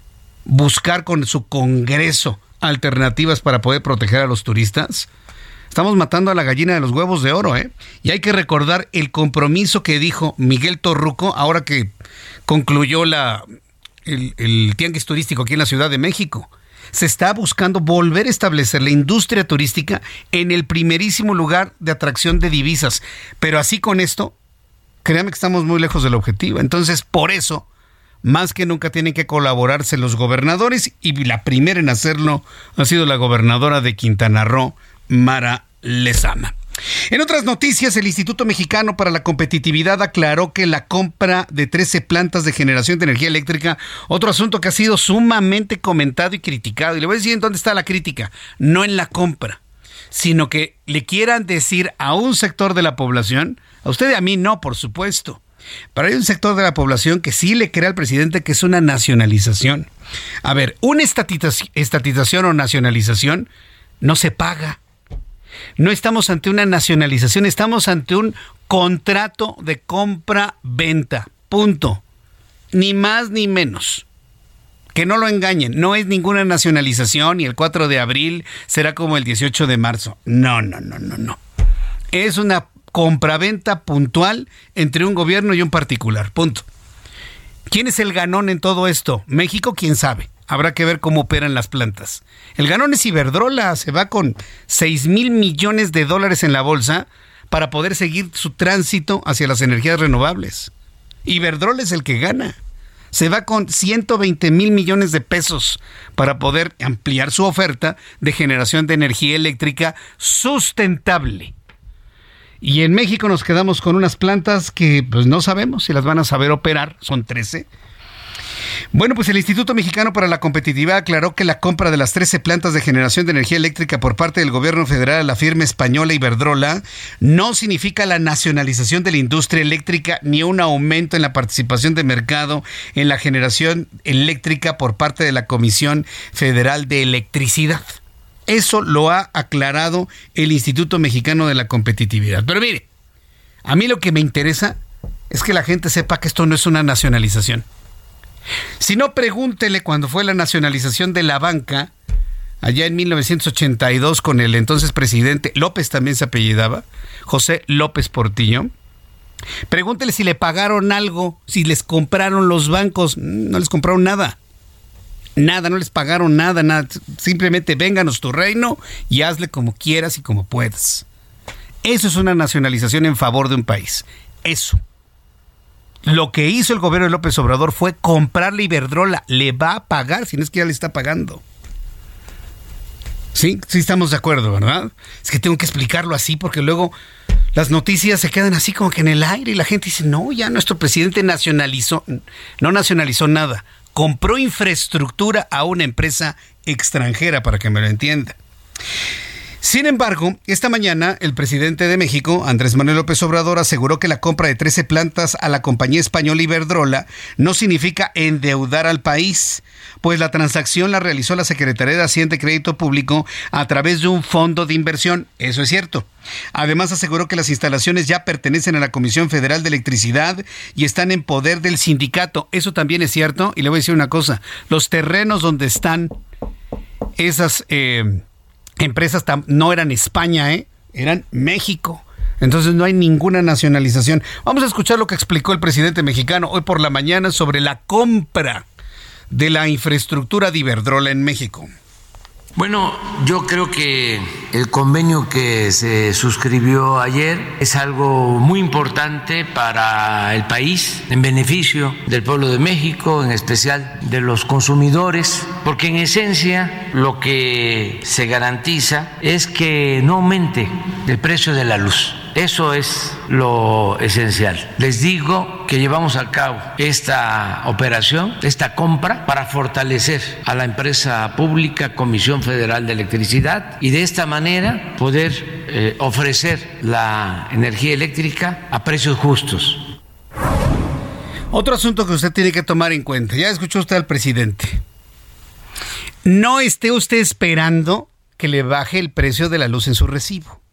Buscar con su Congreso alternativas para poder proteger a los turistas. Estamos matando a la gallina de los huevos de oro, ¿eh? Y hay que recordar el compromiso que dijo Miguel Torruco ahora que concluyó la, el, el tianguis turístico aquí en la Ciudad de México. Se está buscando volver a establecer la industria turística en el primerísimo lugar de atracción de divisas. Pero así con esto, créanme que estamos muy lejos del objetivo. Entonces, por eso, más que nunca tienen que colaborarse los gobernadores y la primera en hacerlo ha sido la gobernadora de Quintana Roo, Mara Lezama. En otras noticias, el Instituto Mexicano para la Competitividad aclaró que la compra de trece plantas de generación de energía eléctrica, otro asunto que ha sido sumamente comentado y criticado, y le voy a decir en dónde está la crítica, no en la compra, sino que le quieran decir a un sector de la población, a usted y a mí no, por supuesto, pero hay un sector de la población que sí le cree al presidente que es una nacionalización. A ver, una estatización o nacionalización no se paga. No estamos ante una nacionalización, estamos ante un contrato de compra-venta. Punto. Ni más ni menos. Que no lo engañen, no es ninguna nacionalización y el cuatro de abril será como el dieciocho de marzo. No, no, no, no, no. Es una compraventa puntual entre un gobierno y un particular, punto. ¿Quién es el ganón en todo esto? México, quién sabe. Habrá que ver cómo operan las plantas. El ganón es Iberdrola, se va con seis mil millones de dólares en la bolsa para poder seguir su tránsito hacia las energías renovables. Iberdrola es el que gana. Se va con ciento veinte mil millones de pesos para poder ampliar su oferta de generación de energía eléctrica sustentable. Y en México nos quedamos con unas plantas que pues no sabemos si las van a saber operar, son trece. Bueno, pues el Instituto Mexicano para la Competitividad aclaró que la compra de las trece plantas de generación de energía eléctrica por parte del gobierno federal a la firma española Iberdrola no significa la nacionalización de la industria eléctrica ni un aumento en la participación de mercado en la generación eléctrica por parte de la Comisión Federal de Electricidad. Eso lo ha aclarado el Instituto Mexicano de la Competitividad. Pero mire, a mí lo que me interesa es que la gente sepa que esto no es una nacionalización. Si no, pregúntele cuando fue la nacionalización de la banca, allá en mil novecientos ochenta y dos, con el entonces presidente, López también se apellidaba, José López Portillo. Pregúntele si le pagaron algo, si les compraron los bancos. No les compraron nada. Nada, no les pagaron nada, nada. Simplemente vénganos tu reino y hazle como quieras y como puedas. Eso es una nacionalización en favor de un país. Eso. Lo que hizo el gobierno de López Obrador fue comprarle Iberdrola. Le va a pagar, si no es que ya le está pagando. Sí, sí estamos de acuerdo, ¿verdad? Es que tengo que explicarlo así porque luego las noticias se quedan así como que en el aire y la gente dice, no, ya nuestro presidente nacionalizó. No nacionalizó nada. Compró infraestructura a una empresa extranjera, para que me lo entienda. Sin embargo, esta mañana el presidente de México, Andrés Manuel López Obrador, aseguró que la compra de trece plantas a la compañía española Iberdrola no significa endeudar al país, pues la transacción la realizó la Secretaría de Hacienda y Crédito Público a través de un fondo de inversión. Eso es cierto. Además, aseguró que las instalaciones ya pertenecen a la Comisión Federal de Electricidad y están en poder del sindicato. Eso también es cierto. Y le voy a decir una cosa. Los terrenos donde están esas eh, empresas tam- no eran España, ¿eh? Eran México. Entonces no hay ninguna nacionalización. Vamos a escuchar lo que explicó el presidente mexicano hoy por la mañana sobre la compra de la infraestructura de Iberdrola en México. Bueno, yo creo que el convenio que se suscribió ayer es algo muy importante para el país, en beneficio del pueblo de México, en especial de los consumidores, porque en esencia lo que se garantiza es que no aumente el precio de la luz. Eso es lo esencial. Les digo que llevamos a cabo esta operación, esta compra, para fortalecer a la empresa pública Comisión Federal de Electricidad y de esta manera poder eh, ofrecer la energía eléctrica a precios justos. Otro asunto que usted tiene que tomar en cuenta. Ya escuchó usted al presidente. No esté usted esperando que le baje el precio de la luz en su recibo.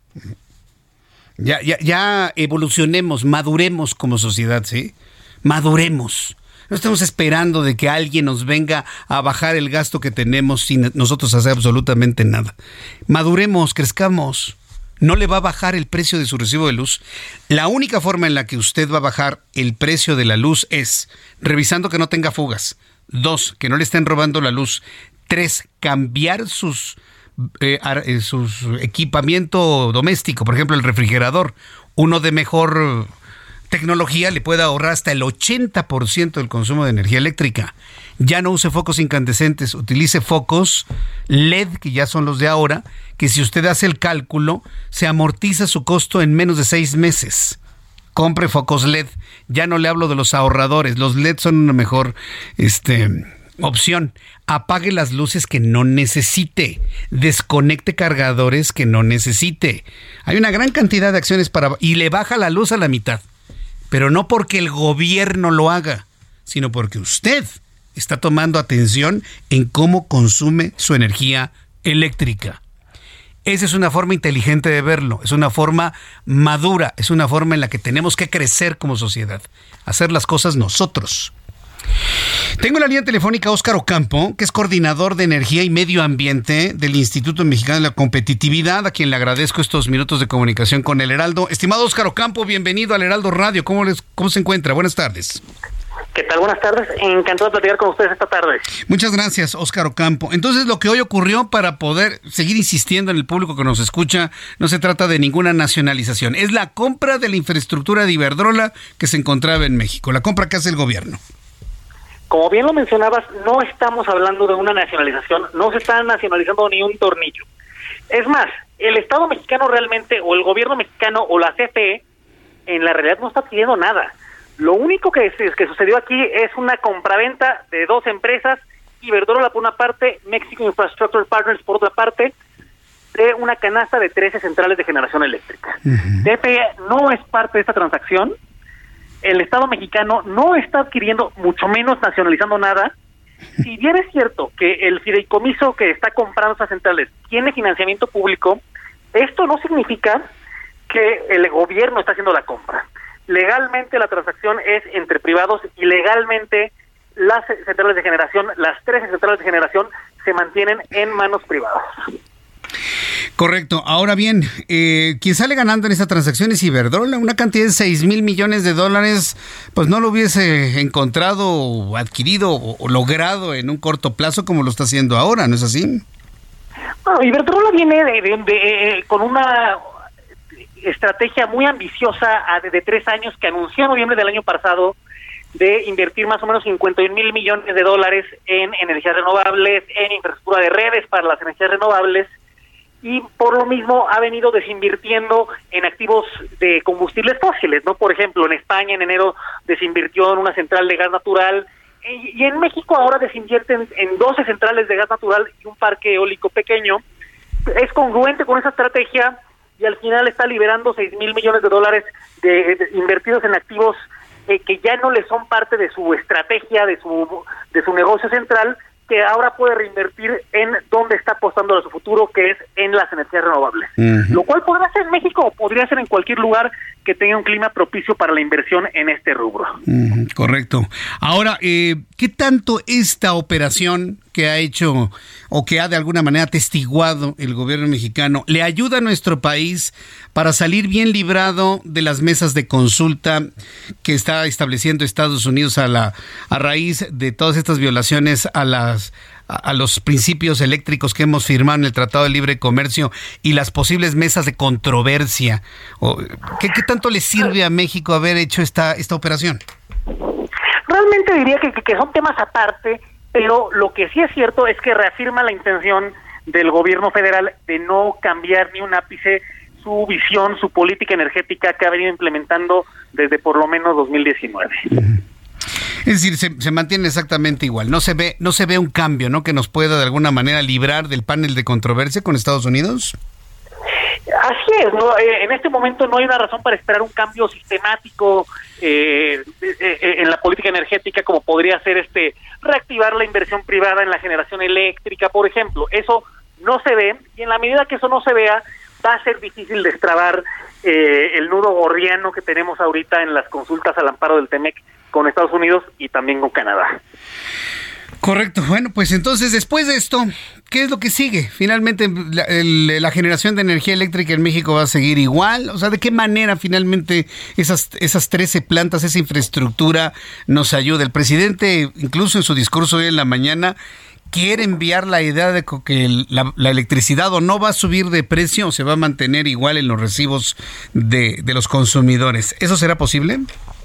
Ya, ya, ya evolucionemos, maduremos como sociedad, ¿sí? Maduremos. No estamos esperando de que alguien nos venga a bajar el gasto que tenemos sin nosotros hacer absolutamente nada. Maduremos, crezcamos. No le va a bajar el precio de su recibo de luz. La única forma en la que usted va a bajar el precio de la luz es revisando que no tenga fugas. Dos, que no le estén robando la luz. Tres, cambiar sus... Eh, su equipamiento doméstico, por ejemplo el refrigerador, uno de mejor tecnología le puede ahorrar hasta el ochenta por ciento del consumo de energía eléctrica. Ya no use focos incandescentes, utilice focos L E D, que ya son los de ahora, que si usted hace el cálculo, se amortiza su costo en menos de seis meses. Compre focos L E D. Ya no le hablo de los ahorradores, los L E D son una mejor este, opción. Apague las luces que no necesite. Desconecte cargadores que no necesite. Hay una gran cantidad de acciones para... Y le baja la luz a la mitad. Pero no porque el gobierno lo haga, sino porque usted está tomando atención en cómo consume su energía eléctrica. Esa es una forma inteligente de verlo. Es una forma madura. Es una forma en la que tenemos que crecer como sociedad. Hacer las cosas nosotros. Tengo en la línea telefónica a Óscar Ocampo, que es coordinador de Energía y Medio Ambiente del Instituto Mexicano de la Competitividad, a quien le agradezco estos minutos de comunicación con el Heraldo. Estimado Óscar Ocampo, bienvenido al Heraldo Radio. ¿Cómo, les, cómo se encuentra? Buenas tardes. ¿Qué tal? Buenas tardes. Encantado de platicar con ustedes esta tarde. Muchas gracias, Óscar Ocampo. Entonces, lo que hoy ocurrió, para poder seguir insistiendo en el público que nos escucha, no se trata de ninguna nacionalización. Es la compra de la infraestructura de Iberdrola que se encontraba en México, la compra que hace el gobierno. Como bien lo mencionabas, no estamos hablando de una nacionalización, no se está nacionalizando ni un tornillo. Es más, el Estado mexicano realmente, o el gobierno mexicano, o la C F E, en la realidad no está pidiendo nada. Lo único que, que sucedió aquí es una compraventa de dos empresas, Iberdrola por una parte, Mexico Infrastructure Partners por otra parte, de una canasta de trece centrales de generación eléctrica. Uh-huh. C F E no es parte de esta transacción. El Estado mexicano no está adquiriendo, mucho menos nacionalizando nada. Si bien es cierto que el fideicomiso que está comprando estas centrales tiene financiamiento público, esto no significa que el gobierno está haciendo la compra. Legalmente la transacción es entre privados y legalmente las centrales de generación, las tres centrales de generación, se mantienen en manos privadas. Correcto. Ahora bien, eh, quien sale ganando en esta transacción es Iberdrola, una cantidad de seis mil millones de dólares, pues no lo hubiese encontrado o adquirido o, o logrado en un corto plazo como lo está haciendo ahora, ¿no es así? Bueno, Iberdrola viene de, de, de, con una estrategia muy ambiciosa de, de tres años que anunció en noviembre del año pasado de invertir más o menos cincuenta y un mil millones de dólares en energías renovables, en infraestructura de redes para las energías renovables, y por lo mismo ha venido desinvirtiendo en activos de combustibles fósiles, ¿no? Por ejemplo, en España en enero desinvirtió en una central de gas natural, y, y en México ahora desinvierte en, en doce centrales de gas natural y un parque eólico pequeño, es congruente con esa estrategia y al final está liberando seis mil millones de dólares de, de invertidos en activos eh, que ya no le son parte de su estrategia, de su de su negocio central, que ahora puede reinvertir en donde está apostando a su futuro, que es en las energías renovables. Uh-huh. Lo cual podrá ser en México o podría ser en cualquier lugar que tenga un clima propicio para la inversión en este rubro. Uh-huh, correcto. Ahora, eh, ¿qué tanto esta operación que ha hecho o que ha de alguna manera atestiguado el gobierno mexicano le ayuda a nuestro país para salir bien librado de las mesas de consulta que está estableciendo Estados Unidos a la a raíz de todas estas violaciones a las a, a los principios eléctricos que hemos firmado en el Tratado de Libre Comercio y las posibles mesas de controversia? O, ¿qué, ¿Qué tanto le sirve a México haber hecho esta esta operación? Realmente diría que, que son temas aparte, pero lo que sí es cierto es que reafirma la intención del gobierno federal de no cambiar ni un ápice su visión, su política energética que ha venido implementando desde por lo menos dos mil diecinueve. Uh-huh. Es decir, se, se mantiene exactamente igual. No se ve, no se ve un cambio, ¿no? Que nos pueda de alguna manera librar del panel de controversia con Estados Unidos. Así es, ¿no? Eh, en este momento no hay una razón para esperar un cambio sistemático eh, eh, en la política energética, como podría ser este reactivar la inversión privada en la generación eléctrica, por ejemplo. Eso no se ve, y en la medida que eso no se vea, va a ser difícil destrabar eh, el nudo gordiano que tenemos ahorita en las consultas al amparo del TEMEC con Estados Unidos y también con Canadá. Correcto. Bueno, pues entonces después de esto, ¿qué es lo que sigue? Finalmente, la, el, la generación de energía eléctrica en México va a seguir igual. O sea, ¿de qué manera finalmente esas esas trece plantas, esa infraestructura nos ayuda? El presidente, incluso en su discurso hoy en la mañana, quiere enviar la idea de que la, la electricidad o no va a subir de precio o se va a mantener igual en los recibos de, de los consumidores. ¿Eso será posible?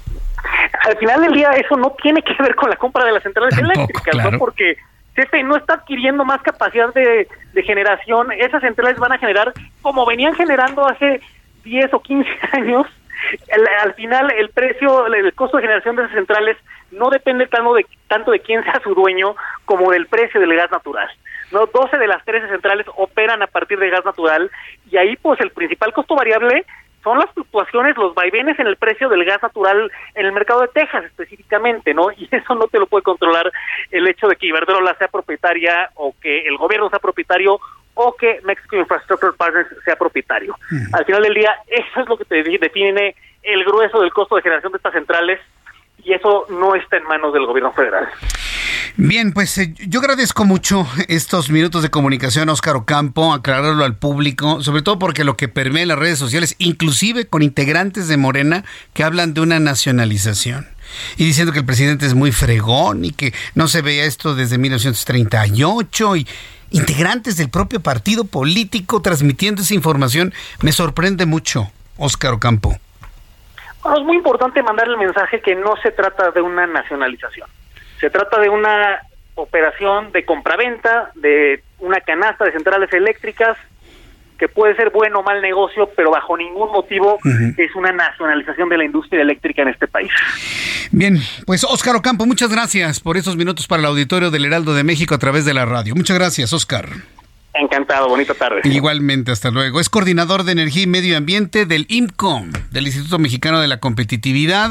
Al final del día eso no tiene que ver con la compra de las centrales Tampoco, eléctricas, claro. ¿no? Porque C F E no está adquiriendo más capacidad de, de generación. Esas centrales van a generar como venían generando hace diez o quince años. El, al final el precio, el costo de generación de esas centrales no depende tanto de, tanto de quién sea su dueño como del precio del gas natural. No, doce de las trece centrales operan a partir de gas natural y ahí pues el principal costo variable son las fluctuaciones, los vaivenes en el precio del gas natural en el mercado de Texas específicamente, ¿no? Y eso no te lo puede controlar el hecho de que Iberdrola sea propietaria o que el gobierno sea propietario o que Mexico Infrastructure Partners sea propietario. Uh-huh. Al final del día, eso es lo que te define el grueso del costo de generación de estas centrales y eso no está en manos del gobierno federal. Bien, pues eh, yo agradezco mucho estos minutos de comunicación, Óscar Ocampo, aclararlo al público, sobre todo porque lo que permea en las redes sociales, inclusive con integrantes de Morena que hablan de una nacionalización y diciendo que el presidente es muy fregón y que no se veía esto desde mil novecientos treinta y ocho y integrantes del propio partido político transmitiendo esa información, me sorprende mucho, Óscar Ocampo. Bueno, es muy importante mandar el mensaje que no se trata de una nacionalización. Se trata de una operación de compraventa, de una canasta de centrales eléctricas que puede ser bueno o mal negocio, pero bajo ningún motivo uh-huh. es una nacionalización de la industria eléctrica en este país. Bien, pues Óscar Ocampo, muchas gracias por estos minutos para el auditorio del Heraldo de México a través de la radio. Muchas gracias, Óscar. Encantado, bonita tarde. Igualmente, hasta luego. Es coordinador de Energía y Medio Ambiente del I M C O, del Instituto Mexicano de la Competitividad.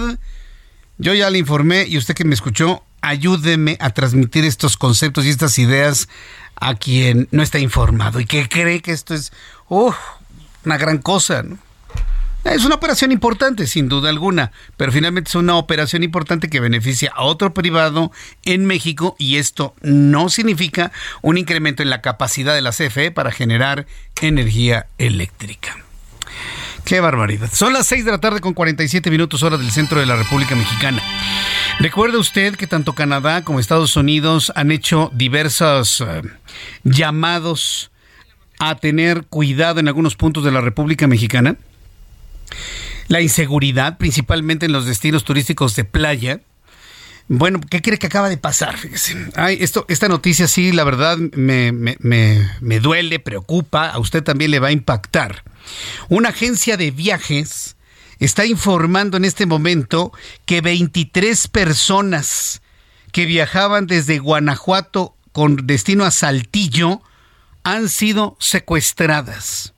Yo ya le informé y usted que me escuchó, ayúdeme a transmitir estos conceptos y estas ideas a quien no está informado y que cree que esto es uh, una gran cosa, ¿no? Es una operación importante, sin duda alguna, pero finalmente es una operación importante que beneficia a otro privado en México y esto no significa un incremento en la capacidad de la C F E para generar energía eléctrica. ¡Qué barbaridad! Son las seis de la tarde con cuarenta y siete minutos hora del centro de la República Mexicana. Recuerde usted que tanto Canadá como Estados Unidos han hecho diversos uh, llamados a tener cuidado en algunos puntos de la República Mexicana. La inseguridad, principalmente en los destinos turísticos de playa. Bueno, ¿qué cree que acaba de pasar? Ay, esto, esta noticia sí, la verdad, me, me, me, me duele, preocupa, a usted también le va a impactar. Una agencia de viajes está informando en este momento que veintitrés personas que viajaban desde Guanajuato con destino a Saltillo han sido secuestradas.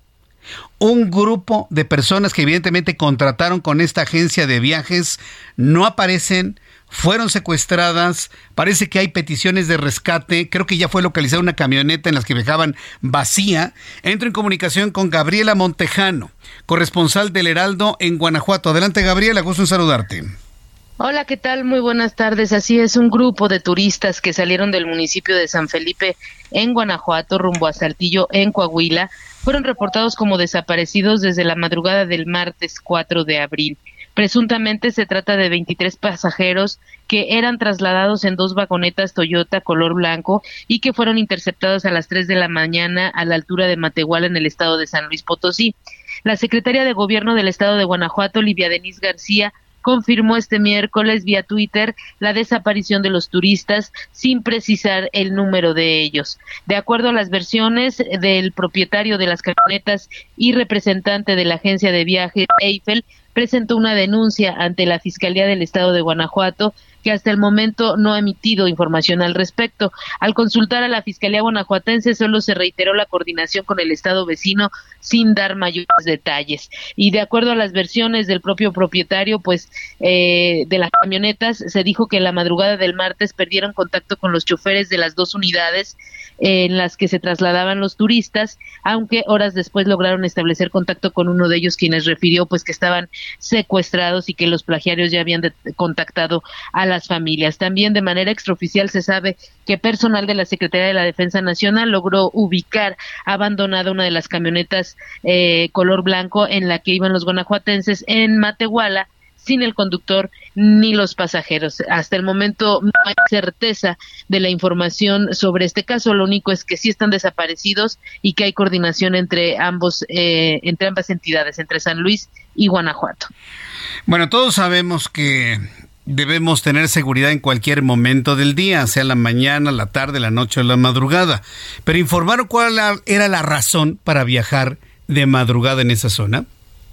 Un grupo de personas que evidentemente contrataron con esta agencia de viajes no aparecen, fueron secuestradas, parece que hay peticiones de rescate, creo que ya fue localizada una camioneta en las que viajaban vacía. Entro en comunicación con Gabriela Montejano, corresponsal del Heraldo en Guanajuato. Adelante, Gabriela, gusto en saludarte. Hola, ¿qué tal? Muy buenas tardes. Así es, un grupo de turistas que salieron del municipio de San Felipe en Guanajuato rumbo a Saltillo en Coahuila fueron reportados como desaparecidos desde la madrugada del martes cuatro de abril. Presuntamente se trata de veintitrés pasajeros que eran trasladados en dos vagonetas Toyota color blanco y que fueron interceptados a las tres de la mañana a la altura de Matehuala en el estado de San Luis Potosí. La secretaria de Gobierno del estado de Guanajuato, Livia Denise García, confirmó este miércoles vía Twitter la desaparición de los turistas sin precisar el número de ellos. De acuerdo a las versiones del propietario de las camionetas y representante de la agencia de viajes Eiffel, presentó una denuncia ante la Fiscalía del Estado de Guanajuato, que hasta el momento no ha emitido información al respecto. Al consultar a la Fiscalía guanajuatense, solo se reiteró la coordinación con el Estado vecino sin dar mayores detalles. Y de acuerdo a las versiones del propio propietario, pues, eh, de las camionetas, se dijo que en la madrugada del martes perdieron contacto con los choferes de las dos unidades eh, en las que se trasladaban los turistas, aunque horas después lograron establecer contacto con uno de ellos, quienes refirió pues que estaban secuestrados y que los plagiarios ya habían de- contactado a las familias. También de manera extraoficial se sabe que personal de la Secretaría de la Defensa Nacional logró ubicar abandonada una de las camionetas eh, color blanco en la que iban los guanajuatenses en Matehuala, sin el conductor ni los pasajeros. Hasta el momento no hay certeza de la información sobre este caso, lo único es que sí están desaparecidos y que hay coordinación entre ambos, eh, entre ambas entidades, entre San Luis y Guanajuato. Bueno, todos sabemos que debemos tener seguridad en cualquier momento del día, sea la mañana, la tarde, la noche o la madrugada, pero ¿informaron cuál era la razón para viajar de madrugada en esa zona?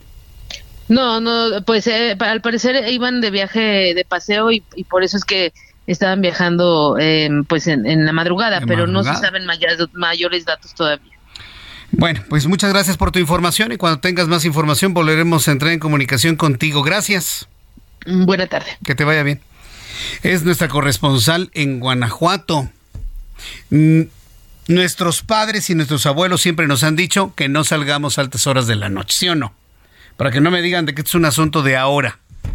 No, no, pues eh, al parecer iban de viaje de paseo y, y por eso es que estaban viajando eh, pues en, en la madrugada, ¿De pero madrugada? no se saben mayores, mayores datos todavía. Bueno, pues muchas gracias por tu información y cuando tengas más información volveremos a entrar en comunicación contigo. Gracias. Buena tarde. Que te vaya bien. Es nuestra corresponsal en Guanajuato. Mm, nuestros padres y nuestros abuelos siempre nos han dicho que no salgamos a altas horas de la noche, ¿sí o no? Para que no me digan de que esto es un asunto de ahora.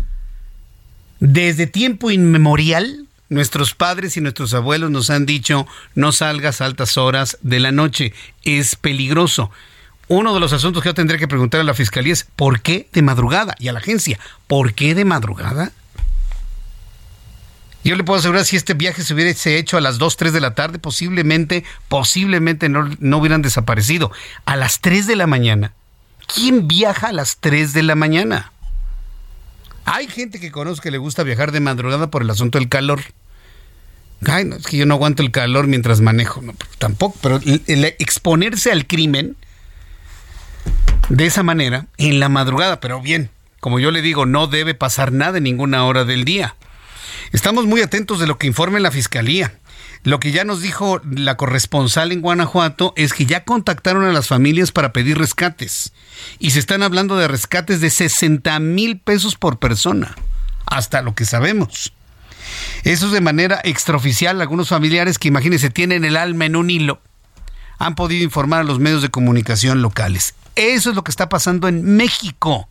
Desde tiempo inmemorial, nuestros padres y nuestros abuelos nos han dicho no salgas a altas horas de la noche, es peligroso. Uno de los asuntos que yo tendré que preguntar a la Fiscalía es ¿por qué de madrugada? Y a la agencia, ¿por qué de madrugada? Yo le puedo asegurar, si este viaje se hubiese hecho a las dos, tres de la tarde, posiblemente, posiblemente no, no hubieran desaparecido. A las tres de la mañana. ¿Quién viaja a las tres de la mañana? Hay gente que conozco que le gusta viajar de madrugada por el asunto del calor. Ay, no, es que yo no aguanto el calor mientras manejo. No, tampoco, pero el, el exponerse al crimen de esa manera, en la madrugada, pero bien, como yo le digo, no debe pasar nada en ninguna hora del día. Estamos muy atentos de lo que informe la Fiscalía. Lo que ya nos dijo la corresponsal en Guanajuato es que ya contactaron a las familias para pedir rescates. Y se están hablando de rescates de sesenta mil pesos por persona, hasta lo que sabemos. Eso es de manera extraoficial. Algunos familiares que, imagínense, tienen el alma en un hilo, han podido informar a los medios de comunicación locales. Eso es lo que está pasando en México.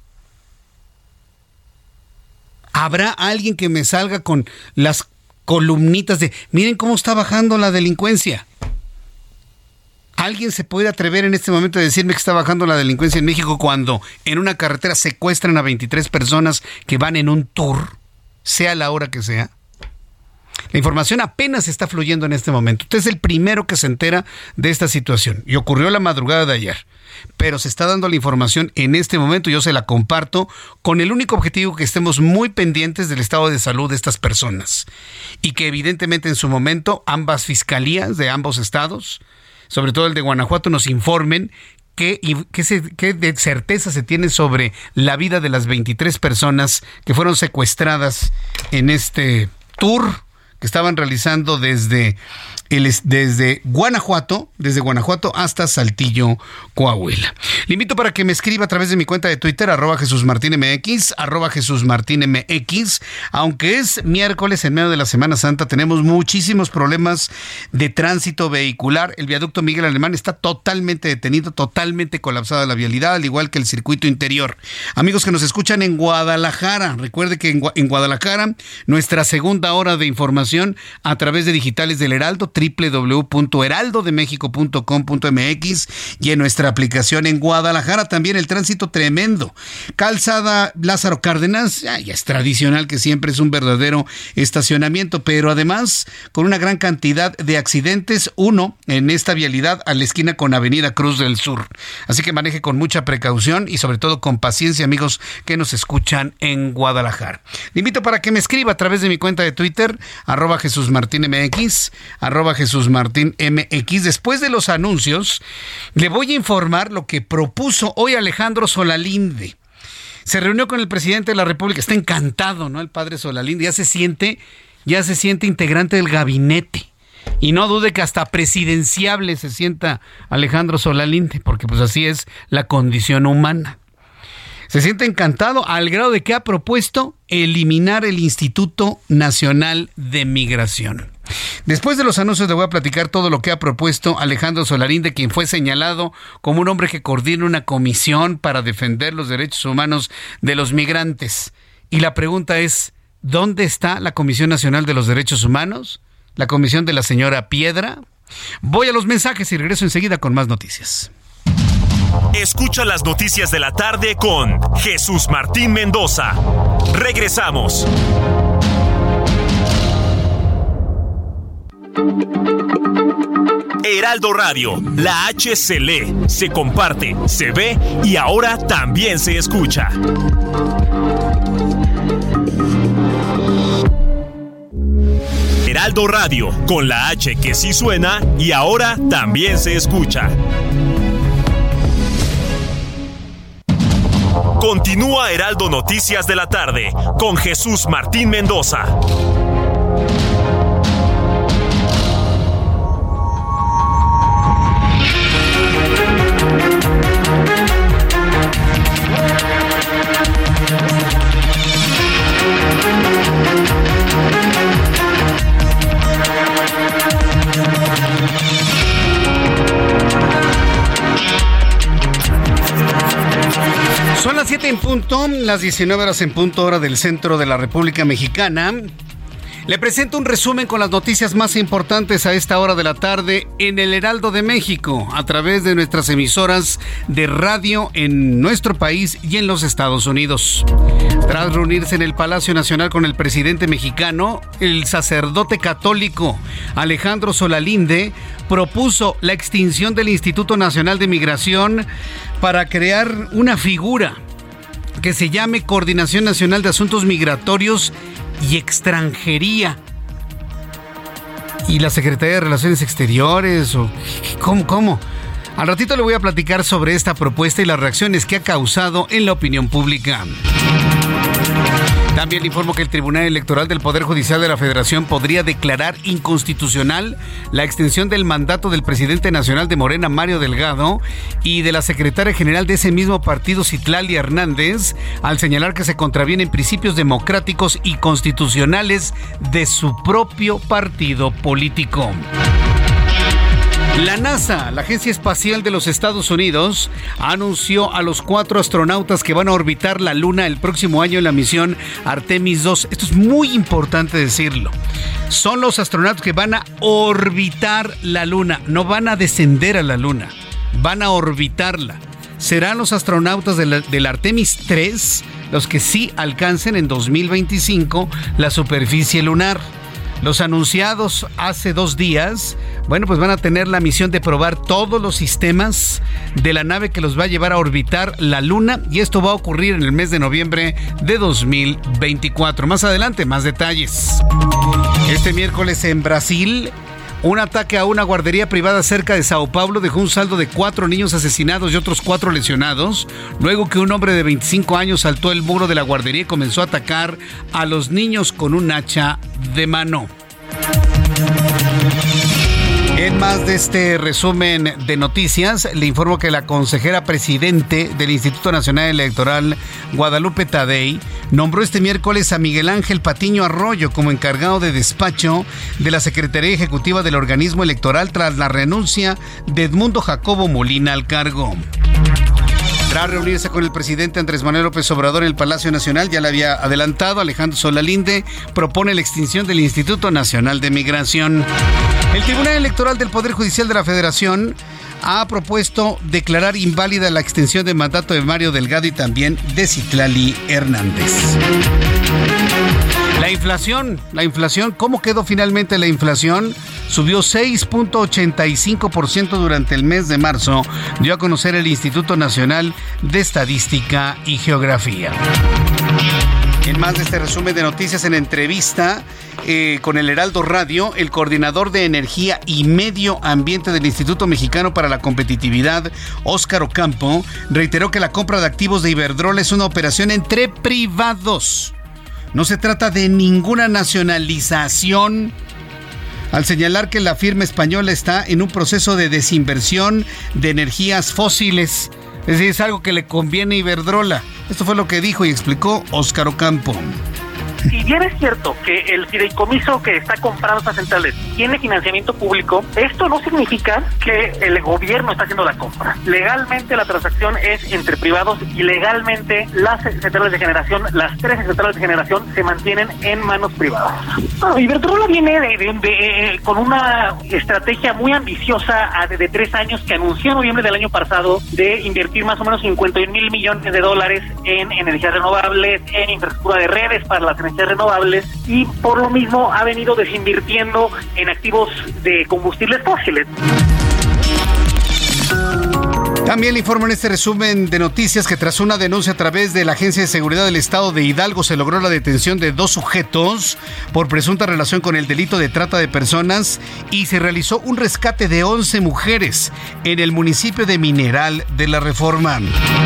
¿Habrá alguien que me salga con las columnitas de miren cómo está bajando la delincuencia? ¿Alguien se puede atrever en este momento a decirme que está bajando la delincuencia en México cuando en una carretera secuestran a veintitrés personas que van en un tour, sea la hora que sea? La información apenas está fluyendo en este momento. Usted es el primero que se entera de esta situación y ocurrió la madrugada de ayer. Pero se está dando la información en este momento, yo se la comparto con el único objetivo que estemos muy pendientes del estado de salud de estas personas y que evidentemente en su momento ambas fiscalías de ambos estados, sobre todo el de Guanajuato, nos informen qué, qué, se, qué de certeza se tiene sobre la vida de las veintitrés personas que fueron secuestradas en este tour que que estaban realizando desde, el, desde Guanajuato, desde Guanajuato hasta Saltillo, Coahuila. Le invito para que me escriba a través de mi cuenta de Twitter, arroba Jesús Martín M X, arroba Jesús Martín M X. Aunque es miércoles en medio de la Semana Santa, tenemos muchísimos problemas de tránsito vehicular. El viaducto Miguel Alemán está totalmente detenido, totalmente colapsada la vialidad, al igual que el circuito interior. Amigos que nos escuchan en Guadalajara, recuerde que en, Gua- en Guadalajara, nuestra segunda hora de información a través de digitales del Heraldo, doble u doble u doble u punto heraldo de méxico punto com punto m x, y en nuestra aplicación en Guadalajara también el tránsito tremendo. Calzada Lázaro Cárdenas, ya, ya es tradicional que siempre es un verdadero estacionamiento, pero además con una gran cantidad de accidentes, uno en esta vialidad a la esquina con Avenida Cruz del Sur. Así que maneje con mucha precaución y sobre todo con paciencia, amigos que nos escuchan en Guadalajara. Le invito para que me escriba a través de mi cuenta de Twitter, arroba Jesús Martín M X, arroba Jesús Martín M X. Después de los anuncios, le voy a informar lo que propuso hoy Alejandro Solalinde. Se reunió con el presidente de la República, está encantado, ¿no? El padre Solalinde ya se siente, ya se siente integrante del gabinete. Y no dude que hasta presidenciable se sienta Alejandro Solalinde, porque pues así es la condición humana. Se siente encantado al grado de que ha propuesto eliminar el Instituto Nacional de Migración. Después de los anuncios le voy a platicar todo lo que ha propuesto Alejandro Solalinde, quien fue señalado como un hombre que coordina una comisión para defender los derechos humanos de los migrantes. Y la pregunta es, ¿dónde está la Comisión Nacional de los Derechos Humanos? ¿La comisión de la señora Piedra? Voy a los mensajes y regreso enseguida con más noticias. Escucha las noticias de la tarde con Jesús Martín Mendoza. Regresamos. Heraldo Radio, la H se lee, se comparte, se ve y ahora también se escucha. Heraldo Radio, con la H que sí suena y ahora también se escucha. Continúa Heraldo Noticias de la tarde con Jesús Martín Mendoza. Son las siete en punto, las diecinueve horas en punto hora del centro de la República Mexicana. Le presento un resumen con las noticias más importantes a esta hora de la tarde en el Heraldo de México, a través de nuestras emisoras de radio en nuestro país y en los Estados Unidos. Tras reunirse en el Palacio Nacional con el presidente mexicano, el sacerdote católico Alejandro Solalinde propuso la extinción del Instituto Nacional de Migración para crear una figura que se llame Coordinación Nacional de Asuntos Migratorios y Extranjería. ¿Y la Secretaría de Relaciones Exteriores? ¿O cómo, cómo? Al ratito le voy a platicar sobre esta propuesta y las reacciones que ha causado en la opinión pública. También le informo que el Tribunal Electoral del Poder Judicial de la Federación podría declarar inconstitucional la extensión del mandato del presidente nacional de Morena, Mario Delgado, y de la secretaria general de ese mismo partido, Citlali Hernández, al señalar que se contravienen principios democráticos y constitucionales de su propio partido político. La NASA, la Agencia Espacial de los Estados Unidos, anunció a los cuatro astronautas que van a orbitar la Luna el próximo año en la misión Artemis dos. Esto es muy importante decirlo. Son los astronautas que van a orbitar la Luna, no van a descender a la Luna, van a orbitarla. Serán los astronautas de la, del Artemis tres los que sí alcancen en dos mil veinticinco la superficie lunar. Los anunciados hace dos días, bueno, pues van a tener la misión de probar todos los sistemas de la nave que los va a llevar a orbitar la Luna, y esto va a ocurrir en el mes de noviembre de dos mil veinticuatro. Más adelante, más detalles. Este miércoles en Brasil, un ataque a una guardería privada cerca de Sao Paulo dejó un saldo de cuatro niños asesinados y otros cuatro lesionados, luego que un hombre de veinticinco años saltó el muro de la guardería y comenzó a atacar a los niños con un hacha de mano. En más de este resumen de noticias, le informo que la consejera presidente del Instituto Nacional Electoral, Guadalupe Tadei, nombró este miércoles a Miguel Ángel Patiño Arroyo como encargado de despacho de la Secretaría Ejecutiva del organismo electoral tras la renuncia de Edmundo Jacobo Molina al cargo. Tras reunirse con el presidente Andrés Manuel López Obrador en el Palacio Nacional, ya le había adelantado, Alejandro Solalinde propone la extinción del Instituto Nacional de Migración. El Tribunal Electoral del Poder Judicial de la Federación ha propuesto declarar inválida la extensión de mandato de Mario Delgado y también de Citlali Hernández. La inflación, la inflación, ¿cómo quedó finalmente la inflación? Subió seis punto ochenta y cinco por ciento durante el mes de marzo, dio a conocer el Instituto Nacional de Estadística y Geografía. En más de este resumen de noticias, en entrevista eh, con el Heraldo Radio, el coordinador de Energía y Medio Ambiente del Instituto Mexicano para la Competitividad, Óscar Ocampo, reiteró que la compra de activos de Iberdrola es una operación entre privados. No se trata de ninguna nacionalización, al señalar que la firma española está en un proceso de desinversión de energías fósiles. Es decir, es algo que le conviene a Iberdrola. Esto fue lo que dijo y explicó Óscar Ocampo. Si bien es cierto que el fideicomiso que está comprando estas centrales tiene financiamiento público, esto no significa que el gobierno está haciendo la compra. Legalmente la transacción es entre privados y legalmente las centrales de generación, las tres centrales de generación, se mantienen en manos privadas. Bueno, Iberdrola viene de, de, de, con una estrategia muy ambiciosa de, de tres años que anunció en noviembre del año pasado de invertir más o menos cincuenta y un mil millones de dólares en energías renovables, en infraestructura de redes para las energías renovables, y por lo mismo ha venido desinvirtiendo en activos de combustibles fósiles. También le informo en este resumen de noticias que tras una denuncia a través de la Agencia de Seguridad del Estado de Hidalgo se logró la detención de dos sujetos por presunta relación con el delito de trata de personas y se realizó un rescate de once mujeres en el municipio de Mineral de la Reforma.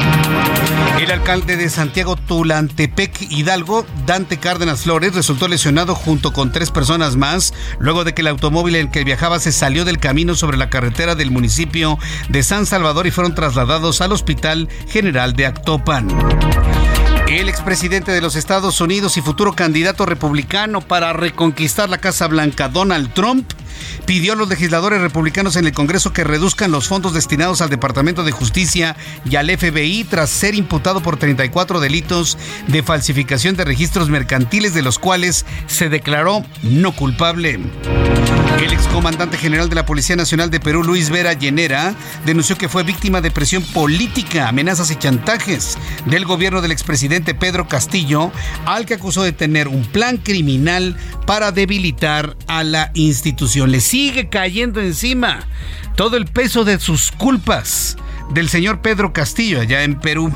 El alcalde de Santiago Tulantepec, Hidalgo, Dante Cárdenas Flores, resultó lesionado junto con tres personas más luego de que el automóvil en el que viajaba se salió del camino sobre la carretera del municipio de San Salvador y fueron trasladados al Hospital General de Actopan. El expresidente de los Estados Unidos y futuro candidato republicano para reconquistar la Casa Blanca, Donald Trump, pidió a los legisladores republicanos en el Congreso que reduzcan los fondos destinados al Departamento de Justicia y al F B I tras ser imputado por treinta y cuatro delitos de falsificación de registros mercantiles, de los cuales se declaró no culpable. El excomandante general de la Policía Nacional de Perú, Luis Vera Llenera, denunció que fue víctima de presión política, amenazas y chantajes del gobierno del expresidente Pedro Castillo, al que acusó de tener un plan criminal para debilitar a la institución. Le sigue cayendo encima todo el peso de sus culpas del señor Pedro Castillo allá en Perú.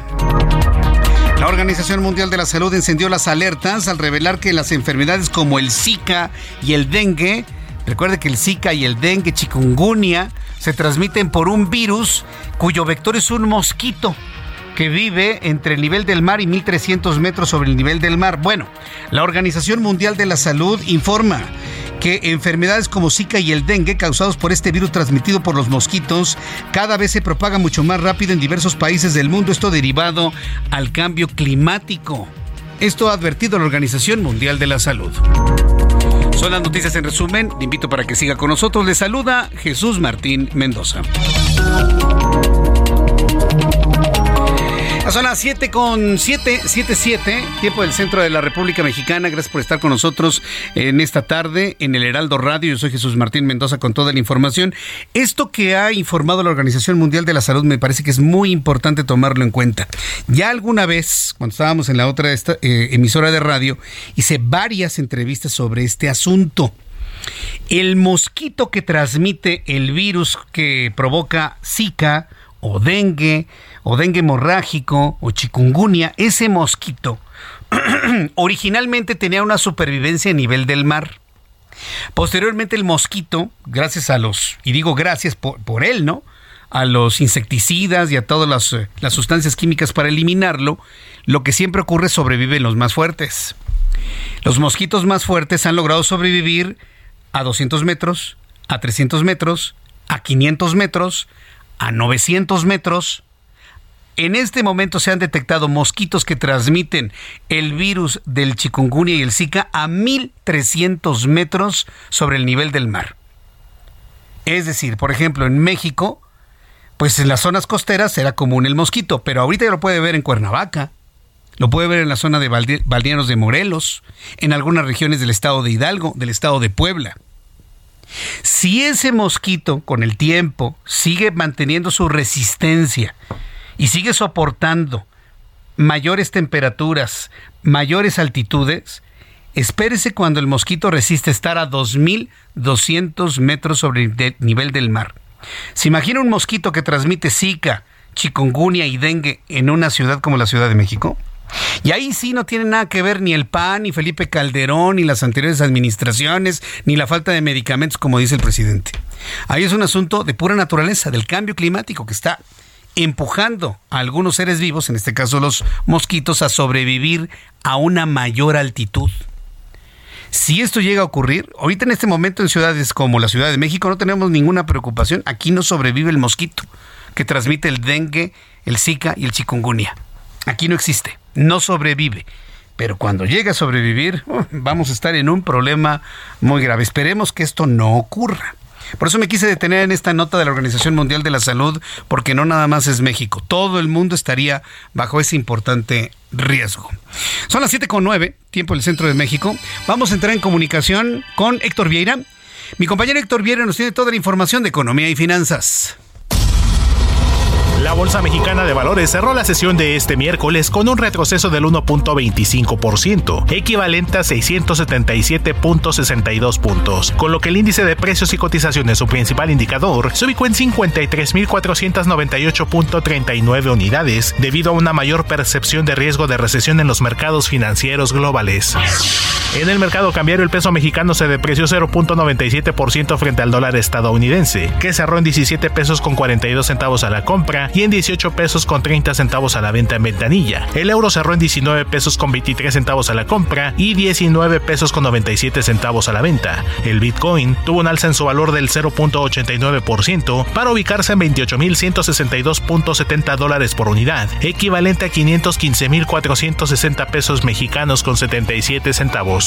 La Organización Mundial de la Salud encendió las alertas al revelar que las enfermedades como el Zika y el dengue, recuerde que el Zika y el dengue, chikungunya, se transmiten por un virus cuyo vector es un mosquito que vive entre el nivel del mar y mil trescientos metros sobre el nivel del mar. Bueno, la Organización Mundial de la Salud informa que enfermedades como Zika y el dengue causados por este virus transmitido por los mosquitos cada vez se propagan mucho más rápido en diversos países del mundo, esto derivado al cambio climático. Esto ha advertido la Organización Mundial de la Salud. Son las noticias en resumen. Le invito para que siga con nosotros. Le saluda Jesús Martín Mendoza. Son las siete con siete, siete, siete, tiempo del centro de la República Mexicana. Gracias por estar con nosotros en esta tarde en el Heraldo Radio. Yo soy Jesús Martín Mendoza con toda la información. Esto que ha informado la Organización Mundial de la Salud me parece que es muy importante tomarlo en cuenta. Ya alguna vez, cuando estábamos en la otra esta, eh, emisora de radio, hice varias entrevistas sobre este asunto. El mosquito que transmite el virus que provoca Zika o dengue, o dengue hemorrágico, o chikungunya, ese mosquito originalmente tenía una supervivencia a nivel del mar. Posteriormente el mosquito, gracias a los, y digo gracias por, por él, ¿no?, a los insecticidas y a todas las, las sustancias químicas para eliminarlo, lo que siempre ocurre es sobreviven los más fuertes. Los mosquitos más fuertes han logrado sobrevivir a doscientos metros, a trescientos metros, a quinientos metros, a novecientos metros. En este momento se han detectado mosquitos que transmiten el virus del chikungunya y el Zika a mil trescientos metros sobre el nivel del mar. Es decir, por ejemplo, en México, pues en las zonas costeras era común el mosquito, pero ahorita ya lo puede ver en Cuernavaca, lo puede ver en la zona de balnearios de Morelos, en algunas regiones del estado de Hidalgo, del estado de Puebla. Si ese mosquito con el tiempo sigue manteniendo su resistencia y sigue soportando mayores temperaturas, mayores altitudes, espérese cuando el mosquito resiste estar a dos mil doscientos metros sobre el nivel del mar. ¿Se imagina un mosquito que transmite Zika, chikungunya y dengue en una ciudad como la Ciudad de México? Y ahí sí no tiene nada que ver ni el P A N, ni Felipe Calderón, ni las anteriores administraciones, ni la falta de medicamentos, como dice el presidente. Ahí es un asunto de pura naturaleza, del cambio climático que está empujando a algunos seres vivos, en este caso los mosquitos, a sobrevivir a una mayor altitud. Si esto llega a ocurrir, ahorita en este momento en ciudades como la Ciudad de México no tenemos ninguna preocupación. Aquí no sobrevive el mosquito que transmite el dengue, el Zika y el chikungunya. Aquí no existe, no sobrevive. Pero cuando llegue a sobrevivir, uh, vamos a estar en un problema muy grave. Esperemos que esto no ocurra. Por eso me quise detener en esta nota de la Organización Mundial de la Salud, porque no nada más es México. Todo el mundo estaría bajo ese importante riesgo. Son las siete con nueve, tiempo del centro de México. Vamos a entrar en comunicación con Héctor Vieira. Mi compañero Héctor Vieira nos tiene toda la información de economía y finanzas. La Bolsa Mexicana de Valores cerró la sesión de este miércoles con un retroceso del uno punto veinticinco por ciento, equivalente a seiscientos setenta y siete punto sesenta y dos puntos, con lo que el índice de precios y cotizaciones, su principal indicador, se ubicó en cincuenta y tres mil cuatrocientos noventa y ocho punto treinta y nueve unidades, debido a una mayor percepción de riesgo de recesión en los mercados financieros globales. En el mercado cambiario, el peso mexicano se depreció cero punto noventa y siete por ciento frente al dólar estadounidense, que cerró en diecisiete pesos con cuarenta y dos centavos a la compra y en dieciocho pesos con treinta centavos a la venta en ventanilla. El euro cerró en diecinueve pesos con veintitrés centavos a la compra y diecinueve pesos con noventa y siete centavos a la venta. El Bitcoin tuvo un alza en su valor del cero punto ochenta y nueve por ciento para ubicarse en veintiocho mil ciento sesenta y dos punto setenta dólares por unidad, equivalente a quinientos quince mil cuatrocientos sesenta pesos mexicanos con setenta y siete centavos.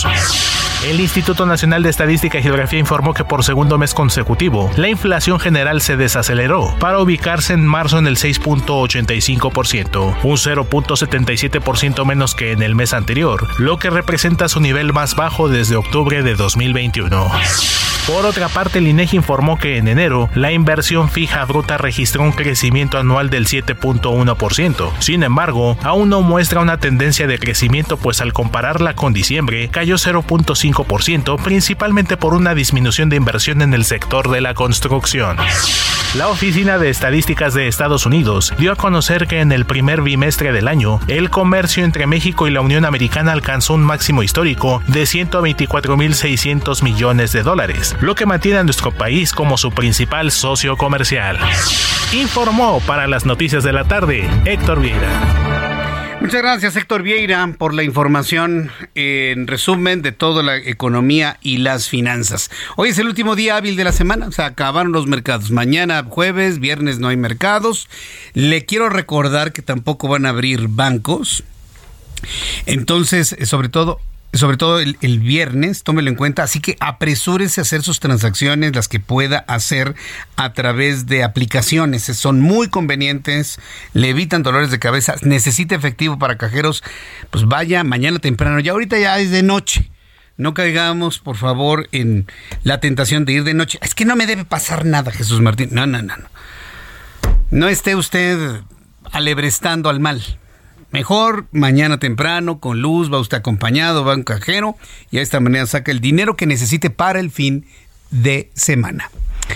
El Instituto Nacional de Estadística y Geografía informó que por segundo mes consecutivo, la inflación general se desaceleró para ubicarse en marzo en el seis punto ochenta y cinco por ciento, un cero punto setenta y siete por ciento menos que en el mes anterior, lo que representa su nivel más bajo desde octubre de dos mil veintiuno. Por otra parte, el INEGI informó que en enero la inversión fija bruta registró un crecimiento anual del siete punto uno por ciento. Sin embargo, aún no muestra una tendencia de crecimiento, pues al compararla con diciembre cayó cero punto cinco por ciento, principalmente por una disminución de inversión en el sector de la construcción. La Oficina de Estadísticas de Estados Unidos dio a conocer que en el primer bimestre del año, el comercio entre México y la Unión Americana alcanzó un máximo histórico de ciento veinticuatro mil seiscientos millones de dólares, lo que mantiene a nuestro país como su principal socio comercial. Informó para las noticias de la tarde, Héctor Vieira. Muchas gracias, Héctor Vieira, por la información en resumen de toda la economía y las finanzas. Hoy es el último día hábil de la semana, se acabaron los mercados. Mañana jueves, viernes no hay mercados. Le quiero recordar que tampoco van a abrir bancos. Entonces, sobre todo... sobre todo el, el viernes, tómelo en cuenta, así que apresúrese a hacer sus transacciones, las que pueda hacer a través de aplicaciones, son muy convenientes, le evitan dolores de cabeza, necesita efectivo para cajeros, pues vaya mañana temprano, ya ahorita ya es de noche, no caigamos por favor en la tentación de ir de noche, es que no me debe pasar nada, Jesús Martín, no, no, no, no, no esté usted alebrestando al mal. Mejor mañana temprano, con luz, va usted acompañado, va a un cajero y de esta manera saca el dinero que necesite para el fin de semana.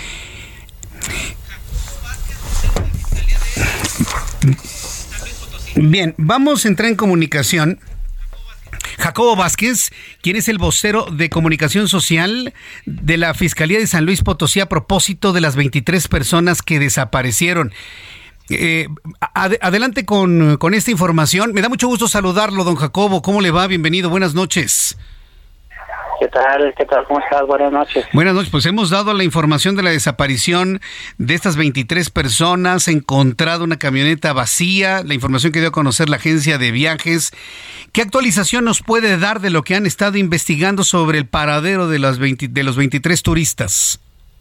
Bien, vamos a entrar en comunicación. Jacobo Vázquez, quien es el vocero de comunicación social de la Fiscalía de San Luis Potosí a propósito de las veintitrés personas que desaparecieron. Eh, ad- adelante con, con esta información. Me da mucho gusto saludarlo, don Jacobo. ¿Cómo le va? Bienvenido, buenas noches. ¿Qué tal? ¿Qué tal? ¿Cómo estás? Buenas noches. Buenas noches. Pues hemos dado la información de la desaparición de estas veintitrés personas, encontrado una camioneta vacía, la información que dio a conocer la agencia de viajes. ¿Qué actualización nos puede dar de lo que han estado investigando sobre el paradero de, las veinte, de los veintitrés turistas?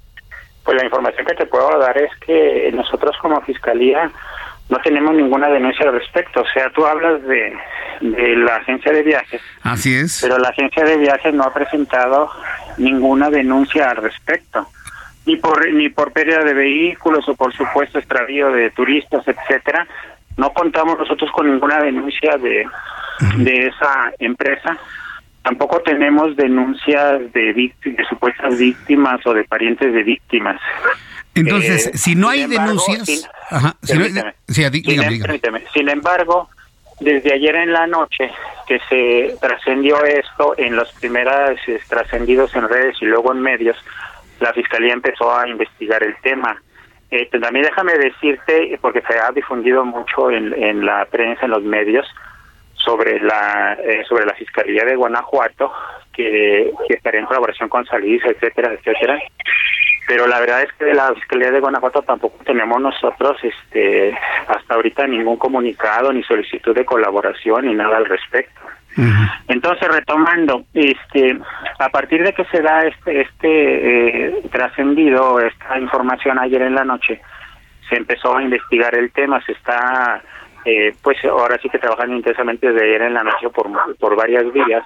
Pues la información que te puedo dar es que nosotros como Fiscalía no tenemos ninguna denuncia al respecto. O sea, tú hablas de, de la agencia de viajes. Así es. Pero la agencia de viajes no ha presentado ninguna denuncia al respecto. Ni por ni por pérdida de vehículos o por supuesto extravío de turistas, etcétera. No contamos nosotros con ninguna denuncia de, de esa empresa. Tampoco tenemos denuncias de, víctimas, de supuestas víctimas o de parientes de víctimas. Entonces, eh, si no hay embargo, denuncias... Sin, ajá, si no hay, sí, dígame, sin, dígame. Sin embargo, desde ayer en la noche que se trascendió esto en los primeros eh, trascendidos en redes y luego en medios, la Fiscalía empezó a investigar el tema. Eh, también déjame decirte, porque se ha difundido mucho en, en la prensa, en los medios, sobre la eh, sobre la Fiscalía de Guanajuato, que, que estaría en colaboración con Salís, etcétera, etcétera. Pero la verdad es que de la Fiscalía de Guanajuato tampoco tenemos nosotros este hasta ahorita ningún comunicado, ni solicitud de colaboración, ni nada al respecto. Uh-huh. Entonces, retomando, este a partir de que se da este este eh, trascendido, esta información ayer en la noche, se empezó a investigar el tema, se está, eh, pues ahora sí que trabajando intensamente desde ayer en la noche por, por varias vías,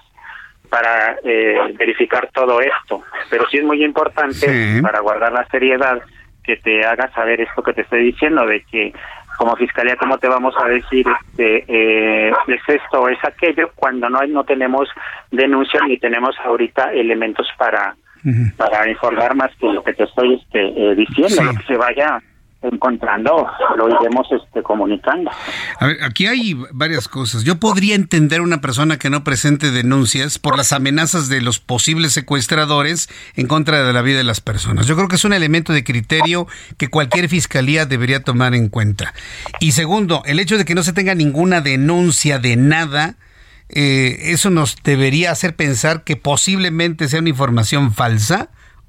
para eh, verificar todo esto. Pero sí es muy importante, sí, para guardar la seriedad, que te haga saber esto que te estoy diciendo, de que como Fiscalía, ¿cómo te vamos a decir este, eh, es esto o es aquello cuando no no tenemos denuncias ni tenemos ahorita elementos para uh-huh. para informar más que lo que te estoy este, eh, diciendo, sí, lo que se vaya encontrando, lo iremos este, comunicando. A ver, aquí hay varias cosas. Yo podría entender una persona que no presente denuncias por las amenazas de los posibles secuestradores en contra de la vida de las personas. Yo creo que es un elemento de criterio que cualquier fiscalía debería tomar en cuenta. Y segundo, el hecho de que no se tenga ninguna denuncia de nada, eh, eso nos debería hacer pensar que posiblemente sea una información falsa.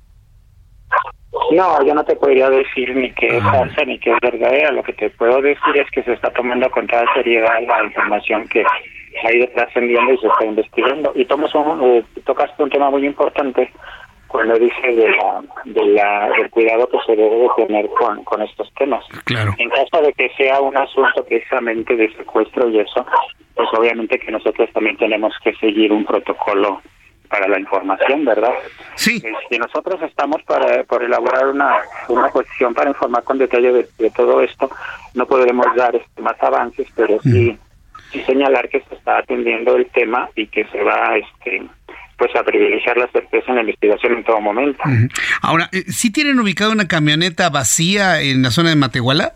No, yo no te podría decir ni que es falsa ni que es verdadera. Lo que te puedo decir es que se está tomando con toda seriedad la información que ha ido trascendiendo y se está investigando. Y tomas un, eh, tocaste un tema muy importante cuando dices de la, de la, del cuidado que se debe de tener con, con estos temas. Claro. En caso de que sea un asunto precisamente de secuestro y eso, pues obviamente que nosotros también tenemos que seguir un protocolo para la información, ¿verdad? Sí. Si nosotros estamos para por elaborar una una posición para informar con detalle de, de todo esto, no podremos dar este, más avances, pero sí, mm. sí señalar que se está atendiendo el tema y que se va este pues a privilegiar la certeza en la investigación en todo momento. Uh-huh. Ahora, ¿sí tienen ubicado una camioneta vacía en la zona de Matehuala?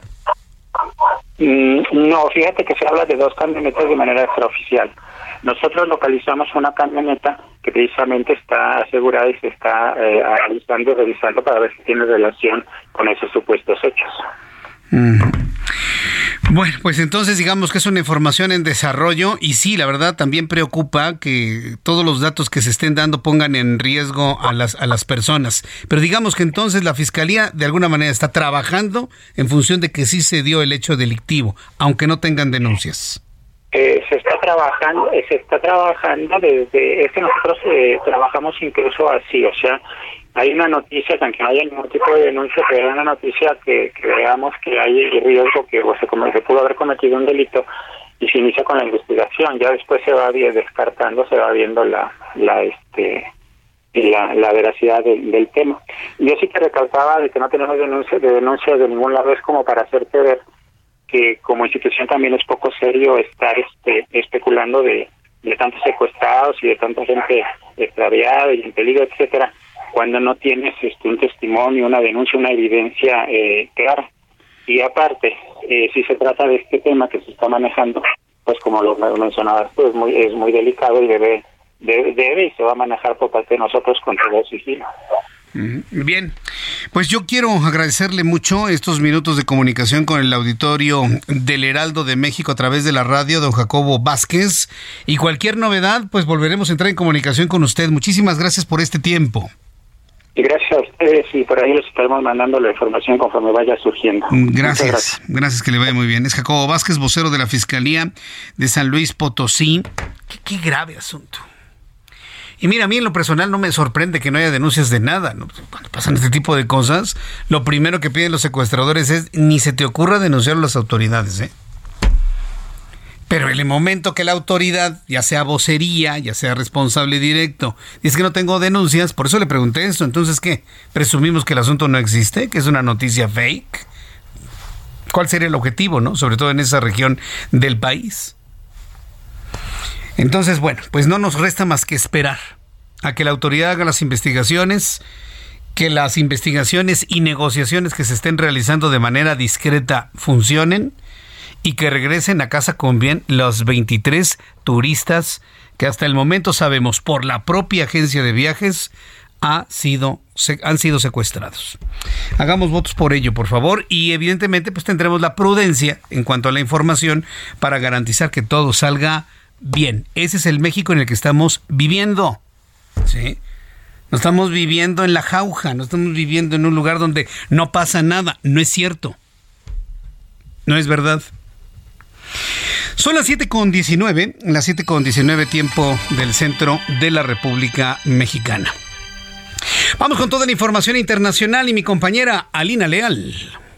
Mm, no, fíjate que se habla de dos camionetas de manera extraoficial. Nosotros localizamos una camioneta que precisamente está asegurada y se está eh, analizando y revisando para ver si tiene relación con esos supuestos hechos. Mm. Bueno, pues entonces digamos que es una información en desarrollo y sí, la verdad también preocupa que todos los datos que se estén dando pongan en riesgo a las a las personas. Pero digamos que entonces la Fiscalía de alguna manera está trabajando en función de que sí se dio el hecho delictivo, aunque no tengan denuncias. Eh, se está trabajando, eh, se está trabajando desde, es que nosotros eh, trabajamos incluso así, o sea, hay una noticia, que aunque no haya ningún tipo de denuncia, pero hay una noticia que, que veamos que hay riesgo que o sea, como se pudo haber cometido un delito y se inicia con la investigación, ya después se va descartando, se va viendo la, la este la, la veracidad de, del tema. Yo sí que recalcaba de que no tenemos denuncias de denuncias de ningún lado, es como para hacerte ver que como institución también es poco serio estar este especulando de, de tantos secuestrados y de tanta gente extraviada y en peligro, etcétera, cuando no tienes este un testimonio, una denuncia, una evidencia eh, clara. Y aparte, eh, si se trata de este tema que se está manejando, pues como lo mencionabas tú, es muy, es muy delicado y debe, debe, debe y se va a manejar por parte de nosotros con todo sigilo. Bien, pues yo quiero agradecerle mucho estos minutos de comunicación con el auditorio del Heraldo de México a través de la radio, don Jacobo Vázquez, y cualquier novedad, pues volveremos a entrar en comunicación con usted. Muchísimas gracias por este tiempo. Y gracias a ustedes, y por ahí les estaremos mandando la información conforme vaya surgiendo. Gracias, gracias, gracias, que le vaya muy bien. Es Jacobo Vázquez, vocero de la Fiscalía de San Luis Potosí. Qué, qué grave asunto. Y mira, a mí en lo personal no me sorprende que no haya denuncias de nada, ¿no? Cuando pasan este tipo de cosas, lo primero que piden los secuestradores es ni se te ocurra denunciar a las autoridades, ¿eh? Pero en el momento que la autoridad, ya sea vocería, ya sea responsable directo, dice que no tengo denuncias, por eso le pregunté esto, entonces ¿qué? ¿Presumimos que el asunto no existe? ¿Que es una noticia fake? ¿Cuál sería el objetivo, no? Sobre todo en esa región del país. Entonces, bueno, pues no nos resta más que esperar a que la autoridad haga las investigaciones, que las investigaciones y negociaciones que se estén realizando de manera discreta funcionen y que regresen a casa con bien los veintitrés turistas que hasta el momento sabemos por la propia agencia de viajes ha sido, se, han sido secuestrados. Hagamos votos por ello, por favor, y evidentemente pues tendremos la prudencia en cuanto a la información para garantizar que todo salga bien. Ese es el México en el que estamos viviendo, ¿sí? No estamos viviendo en la jauja, no estamos viviendo en un lugar donde no pasa nada. No es cierto. No es verdad. Son las siete con diecinueve, las siete con diecinueve tiempo del centro de la República Mexicana. Vamos con toda la información internacional y mi compañera Alina Leal.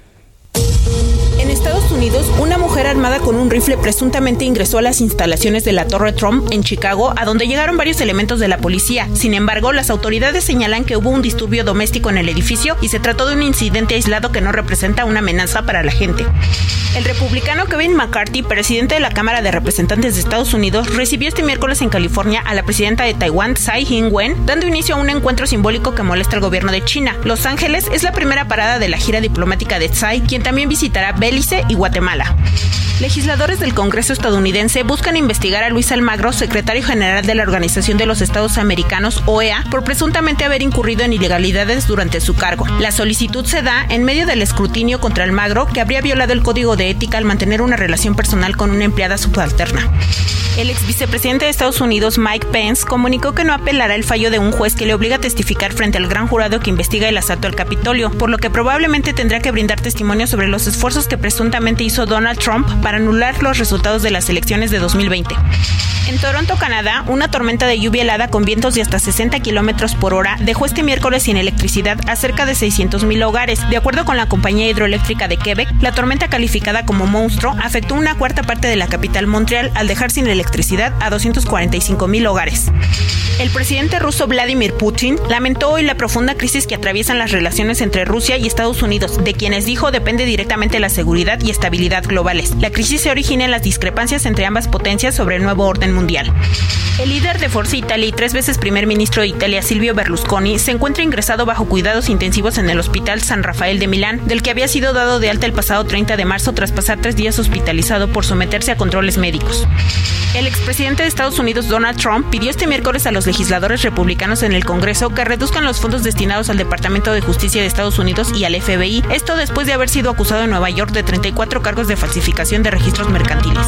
En Estados Unidos, una mujer armada con un rifle presuntamente ingresó a las instalaciones de la Torre Trump en Chicago, a donde llegaron varios elementos de la policía. Sin embargo, las autoridades señalan que hubo un disturbio doméstico en el edificio y se trató de un incidente aislado que no representa una amenaza para la gente. El republicano Kevin McCarthy, presidente de la Cámara de Representantes de Estados Unidos, recibió este miércoles en California a la presidenta de Taiwán, Tsai Ing-wen, dando inicio a un encuentro simbólico que molesta al gobierno de China. Los Ángeles es la primera parada de la gira diplomática de Tsai, quien también visitará Belice y Guatemala. Legisladores del Congreso estadounidense buscan investigar a Luis Almagro, secretario general de la Organización de los Estados Americanos, O E A, por presuntamente haber incurrido en ilegalidades durante su cargo. La solicitud se da en medio del escrutinio contra Almagro, que habría violado el código de ética al mantener una relación personal con una empleada subalterna. El ex vicepresidente de Estados Unidos, Mike Pence, comunicó que no apelará el fallo de un juez que le obliga a testificar frente al gran jurado que investiga el asalto al Capitolio, por lo que probablemente tendrá que brindar testimonio sobre los esfuerzos que presuntamente hizo Donald Trump para anular los resultados de las elecciones de dos mil veinte. En Toronto, Canadá, una tormenta de lluvia helada con vientos de hasta sesenta kilómetros por hora dejó este miércoles sin electricidad a cerca de seiscientos mil hogares. De acuerdo con la compañía hidroeléctrica de Quebec, la tormenta calificada como monstruo afectó una cuarta parte de la capital Montreal al dejar sin electricidad a doscientos cuarenta y cinco mil hogares. El presidente ruso Vladimir Putin lamentó hoy la profunda crisis que atraviesan las relaciones entre Rusia y Estados Unidos, de quienes dijo depende directamente la seguridad y estabilidad globales. La crisis se origina en las discrepancias entre ambas potencias sobre el nuevo orden mundial. El líder de Forza Italia y tres veces primer ministro de Italia, Silvio Berlusconi, se encuentra ingresado bajo cuidados intensivos en el Hospital San Rafael de Milán, del que había sido dado de alta el pasado treinta de marzo tras pasar tres días hospitalizado por someterse a controles médicos. El expresidente de Estados Unidos, Donald Trump, pidió este miércoles a los legisladores republicanos en el Congreso que reduzcan los fondos destinados al Departamento de Justicia de Estados Unidos y al F B I, esto después de haber sido acusado en Nueva York de treinta y cuatro cargos de falsificación de registros mercantiles.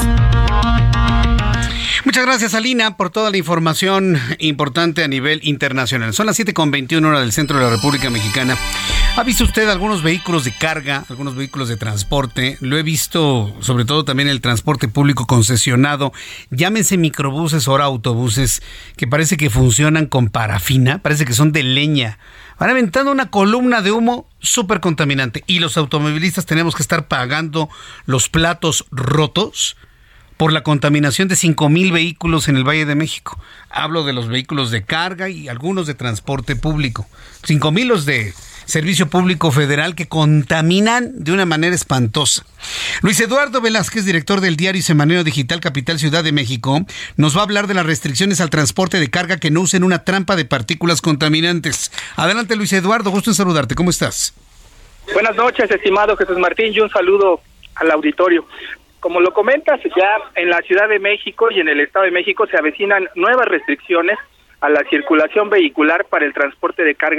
Muchas gracias, Alina, por toda la información importante a nivel internacional. Son las siete con veintiuna hora del centro de la República Mexicana. ¿Ha visto usted algunos vehículos de carga, algunos vehículos de transporte? Lo he visto, sobre todo también el transporte público concesionado. Llámense microbuses o autobuses, que parece que funcionan con parafina, parece que son de leña. Van aventando una columna de humo súper contaminante. Y los automovilistas tenemos que estar pagando los platos rotos por la contaminación de cinco mil vehículos en el Valle de México. Hablo de los vehículos de carga y algunos de transporte público. cinco mil los de Servicio Público Federal que contaminan de una manera espantosa. Luis Eduardo Velázquez, director del diario y semanario digital Capital Ciudad de México, nos va a hablar de las restricciones al transporte de carga que no usen una trampa de partículas contaminantes. Adelante, Luis Eduardo, gusto en saludarte. ¿Cómo estás? Buenas noches, estimado Jesús Martín, y un saludo al auditorio. Como lo comentas, ya en la Ciudad de México y en el Estado de México se avecinan nuevas restricciones a la circulación vehicular para el transporte de carga,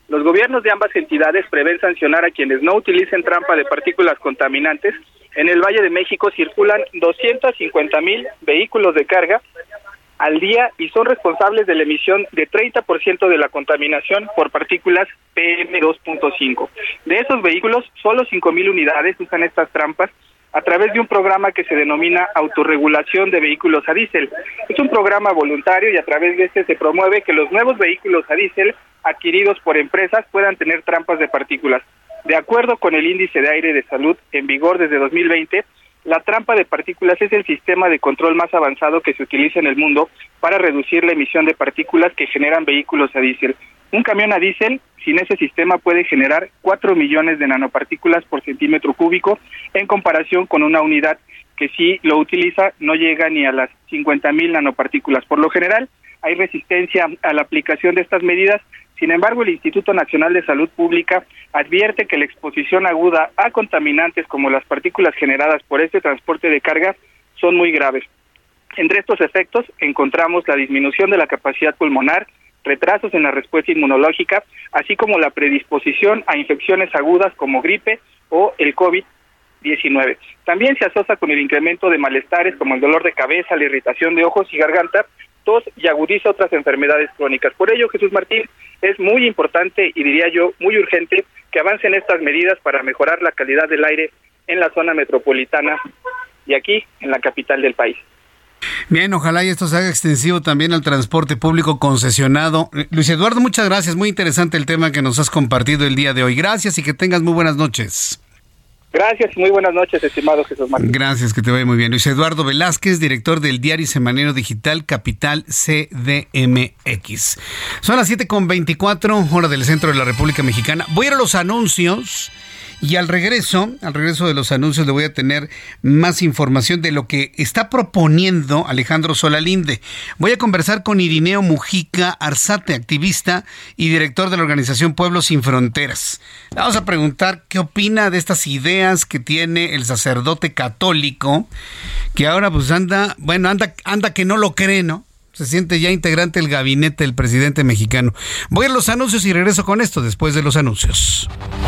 Los gobiernos de ambas entidades prevén sancionar a quienes no utilicen trampa de partículas contaminantes. En el Valle de México circulan doscientos cincuenta mil vehículos de carga al día y son responsables de la emisión de treinta por ciento de la contaminación por partículas P M dos punto cinco. De esos vehículos, solo cinco mil unidades usan estas trampas a través de un programa que se denomina autorregulación de vehículos a diésel. Es un programa voluntario y a través de este se promueve que los nuevos vehículos a diésel adquiridos por empresas puedan tener trampas de partículas. De acuerdo con el Índice de Aire de Salud en vigor desde dos mil veinte, la trampa de partículas es el sistema de control más avanzado que se utiliza en el mundo para reducir la emisión de partículas que generan vehículos a diésel. Un camión a diésel, sin ese sistema, puede generar cuatro millones de nanopartículas por centímetro cúbico, en comparación con una unidad que si lo utiliza no llega ni a las cincuenta mil nanopartículas. Por lo general, hay resistencia a la aplicación de estas medidas. Sin embargo, el Instituto Nacional de Salud Pública advierte que la exposición aguda a contaminantes como las partículas generadas por este transporte de carga son muy graves. Entre estos efectos encontramos la disminución de la capacidad pulmonar, retrasos en la respuesta inmunológica, así como la predisposición a infecciones agudas como gripe o el COVID diecinueve. También se asocia con el incremento de malestares como el dolor de cabeza, la irritación de ojos y garganta, tos y agudiza otras enfermedades crónicas. Por ello, Jesús Martín, es muy importante y diría yo muy urgente que avancen estas medidas para mejorar la calidad del aire en la zona metropolitana y aquí en la capital del país. Bien, ojalá y esto se haga extensivo también al transporte público concesionado. Luis Eduardo, muchas gracias. Muy interesante el tema que nos has compartido el día de hoy. Gracias y que tengas muy buenas noches. Gracias y muy buenas noches, estimado Jesús Martín. Gracias, que te vaya muy bien. Luis Eduardo Velázquez, director del diario semanero digital Capital C D M X. Son las siete con veinticuatro, hora del centro de la República Mexicana. Voy a ir a los anuncios. Y al regreso, al regreso de los anuncios, le voy a tener más información de lo que está proponiendo Alejandro Solalinde. Voy a conversar con Irineo Mujica Arzate, activista y director de la organización Pueblos Sin Fronteras. Le vamos a preguntar qué opina de estas ideas que tiene el sacerdote católico, que ahora pues anda, bueno, anda, anda que no lo cree, ¿no? Se siente ya integrante del gabinete del presidente mexicano. Voy a los anuncios y regreso con esto después de los anuncios.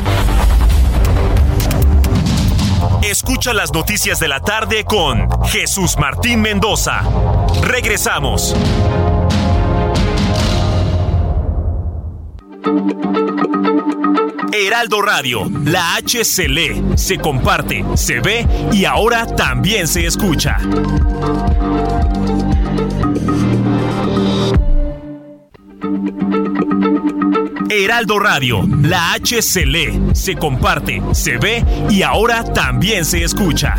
Escucha las noticias de la tarde con Jesús Martín Mendoza. Regresamos. Heraldo Radio, la H se lee, se comparte, se ve y ahora también se escucha. Heraldo Radio, la H se lee, se comparte, se ve y ahora también se escucha.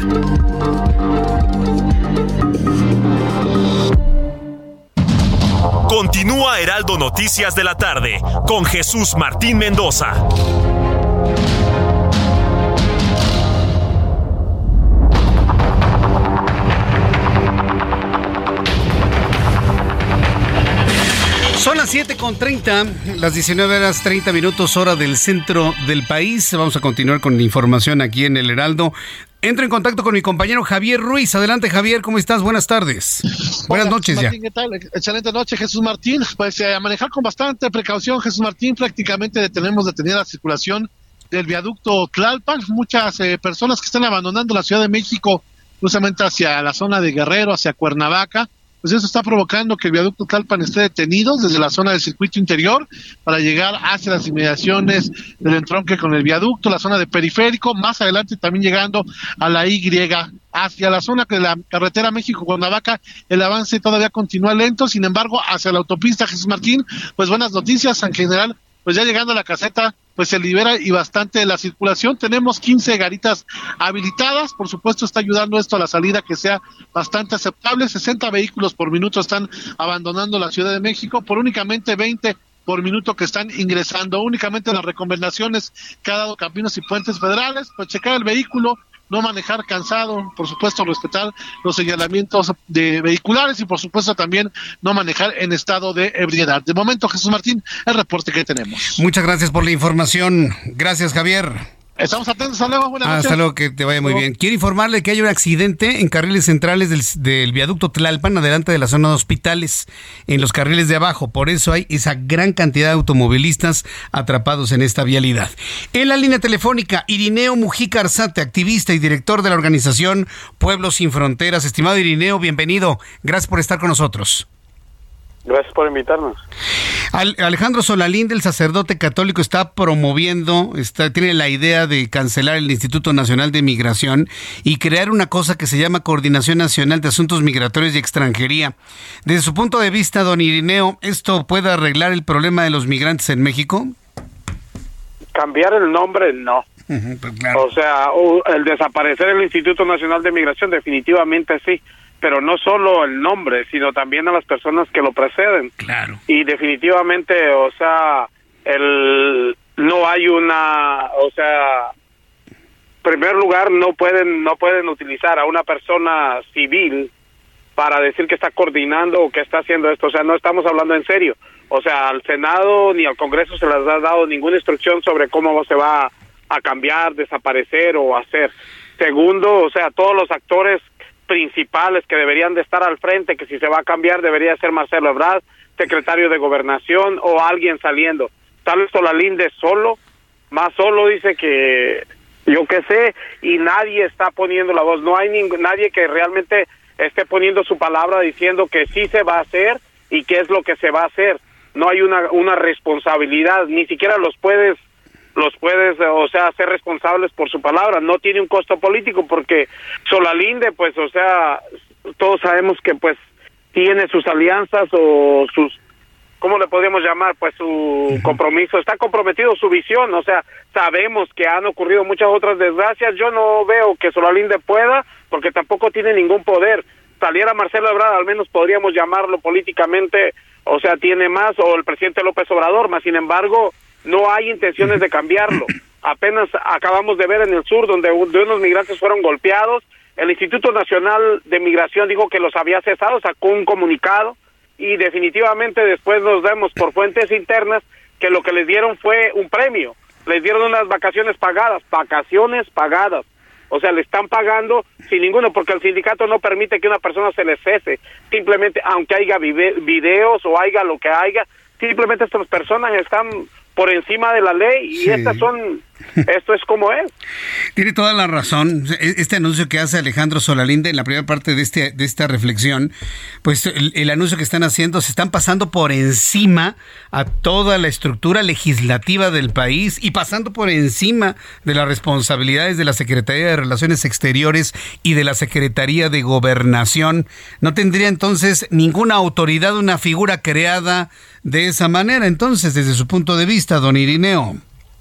Continúa Heraldo Noticias de la tarde con Jesús Martín Mendoza. Son las siete con treinta, las diecinueve horas treinta minutos, hora del centro del país. Vamos a continuar con la información aquí en el Heraldo. Entro en contacto con mi compañero Javier Ruiz. Adelante, Javier, ¿cómo estás? Buenas tardes. Buenas Hola, noches Martín, ya. ¿Qué tal? Excelente noche, Jesús Martín. Pues eh, a manejar con bastante precaución, Jesús Martín. Prácticamente tenemos detenida la circulación del viaducto Tlalpan. Muchas eh, personas que están abandonando la Ciudad de México, justamente hacia la zona de Guerrero, hacia Cuernavaca. Pues eso está provocando que el viaducto Tlalpan esté detenido desde la zona del circuito interior para llegar hacia las inmediaciones del entronque con el viaducto, la zona de periférico, más adelante también llegando a la Y. Hacia la zona de la carretera México-Cuernavaca, el avance todavía continúa lento, sin embargo, hacia la autopista Jesús Martín, pues buenas noticias en general, pues ya llegando a la caseta, pues se libera y bastante la circulación. Tenemos quince garitas habilitadas, por supuesto está ayudando esto a la salida que sea bastante aceptable. sesenta vehículos por minuto están abandonando la Ciudad de México, por únicamente veinte por minuto que están ingresando. Únicamente las recomendaciones que ha dado Caminos y Puentes Federales, pues checar el vehículo, no manejar cansado, por supuesto respetar los señalamientos de vehiculares y por supuesto también no manejar en estado de ebriedad. De momento, Jesús Martín, el reporte que tenemos. Muchas gracias por la información. Gracias, Javier. Estamos atentos, hasta luego, buenas ah, noches. Hasta luego, que te vaya muy bien. Quiero informarle que hay un accidente en carriles centrales del, del viaducto Tlalpan, adelante de la zona de hospitales, en los carriles de abajo. Por eso hay esa gran cantidad de automovilistas atrapados en esta vialidad. En la línea telefónica, Irineo Mujica Arzate, activista y director de la organización Pueblos Sin Fronteras. Estimado Irineo, bienvenido. Gracias por estar con nosotros. Gracias por invitarnos. Alejandro Solalinde, el sacerdote católico, está promoviendo, está, tiene la idea de cancelar el Instituto Nacional de Migración y crear una cosa que se llama Coordinación Nacional de Asuntos Migratorios y Extranjería. Desde su punto de vista, don Irineo, ¿esto puede arreglar el problema de los migrantes en México? Cambiar el nombre, no. Uh-huh, pues claro. O sea, el desaparecer el Instituto Nacional de Migración, definitivamente sí. Pero no solo el nombre, sino también a las personas que lo preceden. Claro. Y definitivamente, o sea, el no hay una, o sea, en primer lugar no pueden no pueden utilizar a una persona civil para decir que está coordinando o que está haciendo esto. O sea, no estamos hablando en serio. O sea, al Senado ni al Congreso se les ha dado ninguna instrucción sobre cómo se va a cambiar, desaparecer o hacer. Segundo, o sea, todos los actores principales que deberían de estar al frente, que si se va a cambiar debería ser Marcelo Ebrard, secretario de Gobernación, o alguien saliendo. Tal vez Solalinde solo, más solo dice que yo qué sé, y nadie está poniendo la voz. No hay ningún, nadie que realmente esté poniendo su palabra diciendo que sí se va a hacer y qué es lo que se va a hacer. No hay una una responsabilidad, ni siquiera los puedes los puedes, o sea, ser responsables por su palabra. No tiene un costo político porque Solalinde, pues, o sea, todos sabemos que, pues, tiene sus alianzas o sus, ¿cómo le podríamos llamar? Pues su compromiso, está comprometido su visión, o sea, sabemos que han ocurrido muchas otras desgracias. Yo no veo que Solalinde pueda, porque tampoco tiene ningún poder. Saliera Marcelo Ebrard, al menos podríamos llamarlo políticamente, o sea, tiene más, o el presidente López Obrador, más sin embargo, no hay intenciones de cambiarlo. Apenas acabamos de ver en el sur donde de unos migrantes fueron golpeados. El Instituto Nacional de Migración dijo que los había cesado, sacó un comunicado y definitivamente después nos vemos por fuentes internas que lo que les dieron fue un premio. Les dieron unas vacaciones pagadas, vacaciones pagadas. O sea, le están pagando sin ninguno, porque el sindicato no permite que una persona se le cese. Simplemente, aunque haya videos o haya lo que haya, simplemente estas personas están por encima de la ley y sí. estas son, esto es como es. Tiene toda la razón. Este anuncio que hace Alejandro Solalinde en la primera parte de este de esta reflexión, pues el, el anuncio que están haciendo, se están pasando por encima a toda la estructura legislativa del país y pasando por encima de las responsabilidades de la Secretaría de Relaciones Exteriores y de la Secretaría de Gobernación. ¿No tendría entonces ninguna autoridad una figura creada de esa manera, entonces, desde su punto de vista, don Irineo?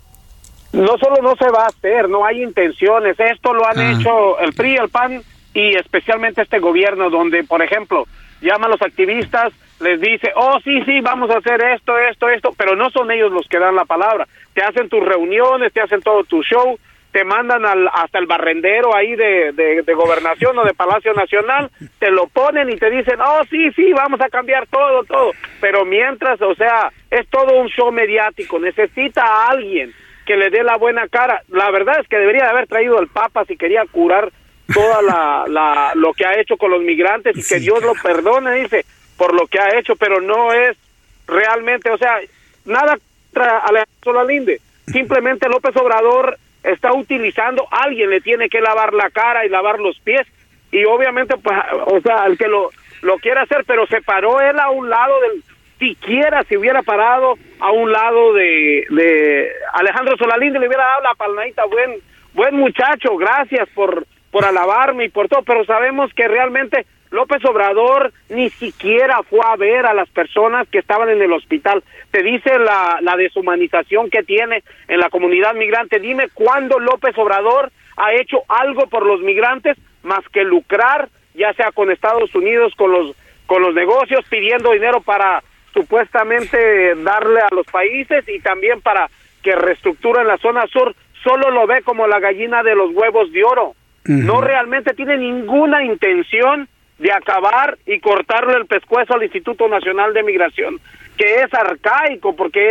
No solo no se va a hacer, no hay intenciones. Esto lo han ah. hecho el P R I, el P A N y especialmente este gobierno, donde, por ejemplo, llaman a los activistas, les dice, oh, sí, sí, vamos a hacer esto, esto, esto, pero no son ellos los que dan la palabra. Te hacen tus reuniones, te hacen todo tu show, te mandan al, hasta el barrendero ahí de, de, de Gobernación o de Palacio Nacional, te lo ponen y te dicen, oh, sí, sí, vamos a cambiar todo, todo. Pero mientras, o sea, es todo un show mediático, necesita a alguien que le dé la buena cara. La verdad es que debería de haber traído al Papa si quería curar toda la, la lo que ha hecho con los migrantes y sí, que Dios lo perdone, dice, por lo que ha hecho, pero no es realmente, o sea, nada contra Alejandro Solalinde, simplemente López Obrador está utilizando, alguien le tiene que lavar la cara y lavar los pies, y obviamente, pues, o sea, el que lo, lo quiere hacer, pero se paró él a un lado del, siquiera si hubiera parado a un lado de, de Alejandro Solalinde, le hubiera dado la palmadita, buen, buen muchacho, gracias por, por alabarme y por todo, pero sabemos que realmente López Obrador ni siquiera fue a ver a las personas que estaban en el hospital. Te dice la, la deshumanización que tiene en la comunidad migrante. Dime cuándo López Obrador ha hecho algo por los migrantes más que lucrar, ya sea con Estados Unidos, con los, con los negocios, pidiendo dinero para supuestamente darle a los países y también para que reestructuren la zona sur. Solo lo ve como la gallina de los huevos de oro. Uh-huh. No realmente tiene ninguna intención de acabar y cortarle el pescuezo al Instituto Nacional de Migración, que es arcaico, porque es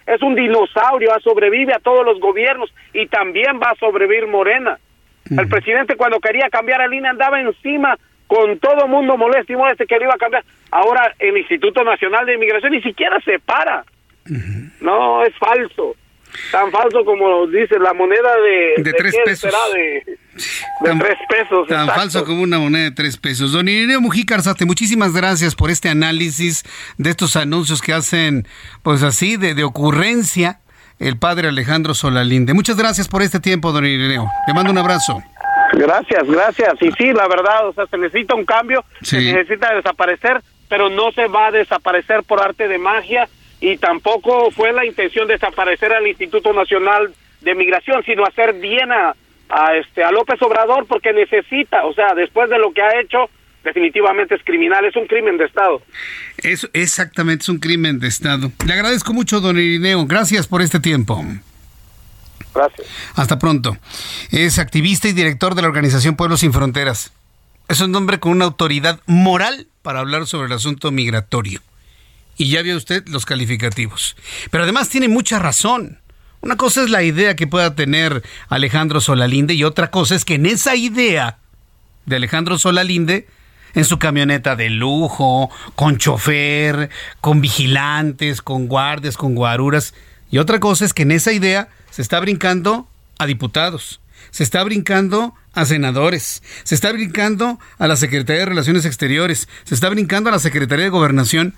es un dinosaurio, sobrevive a todos los gobiernos y también va a sobrevivir Morena. Uh-huh. El presidente cuando quería cambiar el I N E andaba encima con todo mundo molesto y molesto que lo iba a cambiar. Ahora el Instituto Nacional de Inmigración ni siquiera se para. Uh-huh. No, es falso. Tan falso como dice la moneda de... De, de tres pesos. Será de, de tan, tres pesos. Tan exacto. Falso como una moneda de tres pesos. Don Irineo Mujica Arzate, muchísimas gracias por este análisis de estos anuncios que hacen, pues así, de, de ocurrencia, el padre Alejandro Solalinde. Muchas gracias por este tiempo, don Irineo. Le mando un abrazo. Gracias, gracias. Y sí, la verdad, o sea, se necesita un cambio, sí. Se necesita desaparecer, pero no se va a desaparecer por arte de magia. Y tampoco fue la intención desaparecer al Instituto Nacional de Migración, sino hacer bien a, a este a López Obrador, porque necesita, o sea, después de lo que ha hecho, definitivamente es criminal, es un crimen de Estado. Eso, exactamente, es un crimen de Estado. Le agradezco mucho, don Irineo, gracias por este tiempo. Gracias. Hasta pronto. Es activista y director de la organización Pueblos Sin Fronteras. Es un hombre con una autoridad moral para hablar sobre el asunto migratorio. Y ya vio usted los calificativos. Pero además tiene mucha razón. Una cosa es la idea que pueda tener Alejandro Solalinde y otra cosa es que en esa idea de Alejandro Solalinde, en su camioneta de lujo, con chofer, con vigilantes, con guardias, con guaruras, y otra cosa es que en esa idea se está brincando a diputados, se está brincando a senadores, se está brincando a la Secretaría de Relaciones Exteriores, se está brincando a la Secretaría de Gobernación.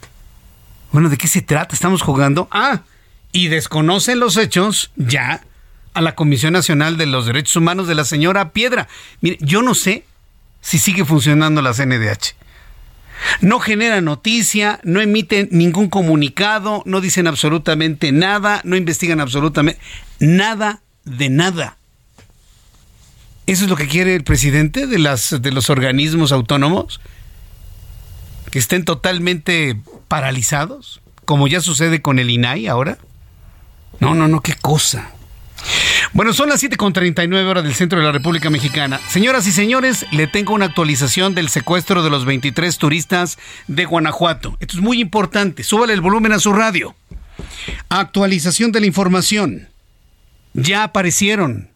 Bueno, ¿de qué se trata? ¿Estamos jugando? Ah, y desconocen los hechos ya a la Comisión Nacional de los Derechos Humanos de la señora Piedra. Mire, yo no sé si sigue funcionando la C N D H. No genera noticia, no emiten ningún comunicado, no dicen absolutamente nada, no investigan absolutamente nada de nada. ¿Eso es lo que quiere el presidente de las de los organismos autónomos? ¿Que estén totalmente paralizados? Como ya sucede con el I N A I ahora. No, no, no, qué cosa. Bueno, son las siete con treinta y nueve horas del centro de la República Mexicana. Señoras y señores, le tengo una actualización del secuestro de los veintitrés turistas de Guanajuato. Esto es muy importante. Súbale el volumen a su radio. Actualización de la información. Ya aparecieron.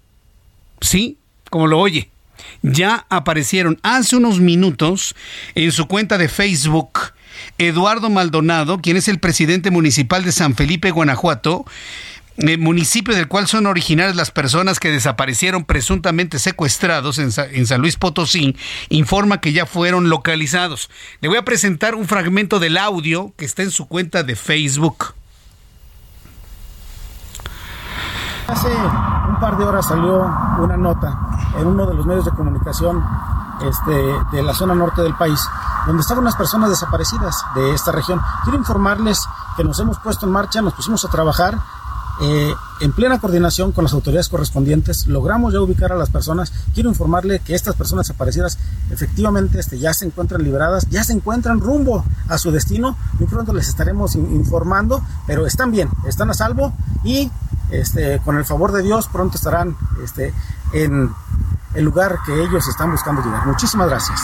¿Sí? Como lo oye. Ya aparecieron hace unos minutos en su cuenta de Facebook Eduardo Maldonado, quien es el presidente municipal de San Felipe, Guanajuato, eh, municipio del cual son originarias las personas que desaparecieron presuntamente secuestrados en, Sa- en San Luis Potosí, informa que ya fueron localizados. Le voy a presentar un fragmento del audio que está en su cuenta de Facebook. Hace un par de horas salió una nota en uno de los medios de comunicación este, de la zona norte del país, donde estaban unas personas desaparecidas de esta región. Quiero informarles que nos hemos puesto en marcha, nos pusimos a trabajar eh, en plena coordinación con las autoridades correspondientes. Logramos ya ubicar a las personas. Quiero informarle que estas personas desaparecidas efectivamente este, ya se encuentran liberadas, ya se encuentran rumbo a su destino. Muy pronto les estaremos in- informando, pero están bien, están a salvo y Este, con el favor de Dios, pronto estarán este, en el lugar que ellos están buscando llegar. Muchísimas gracias.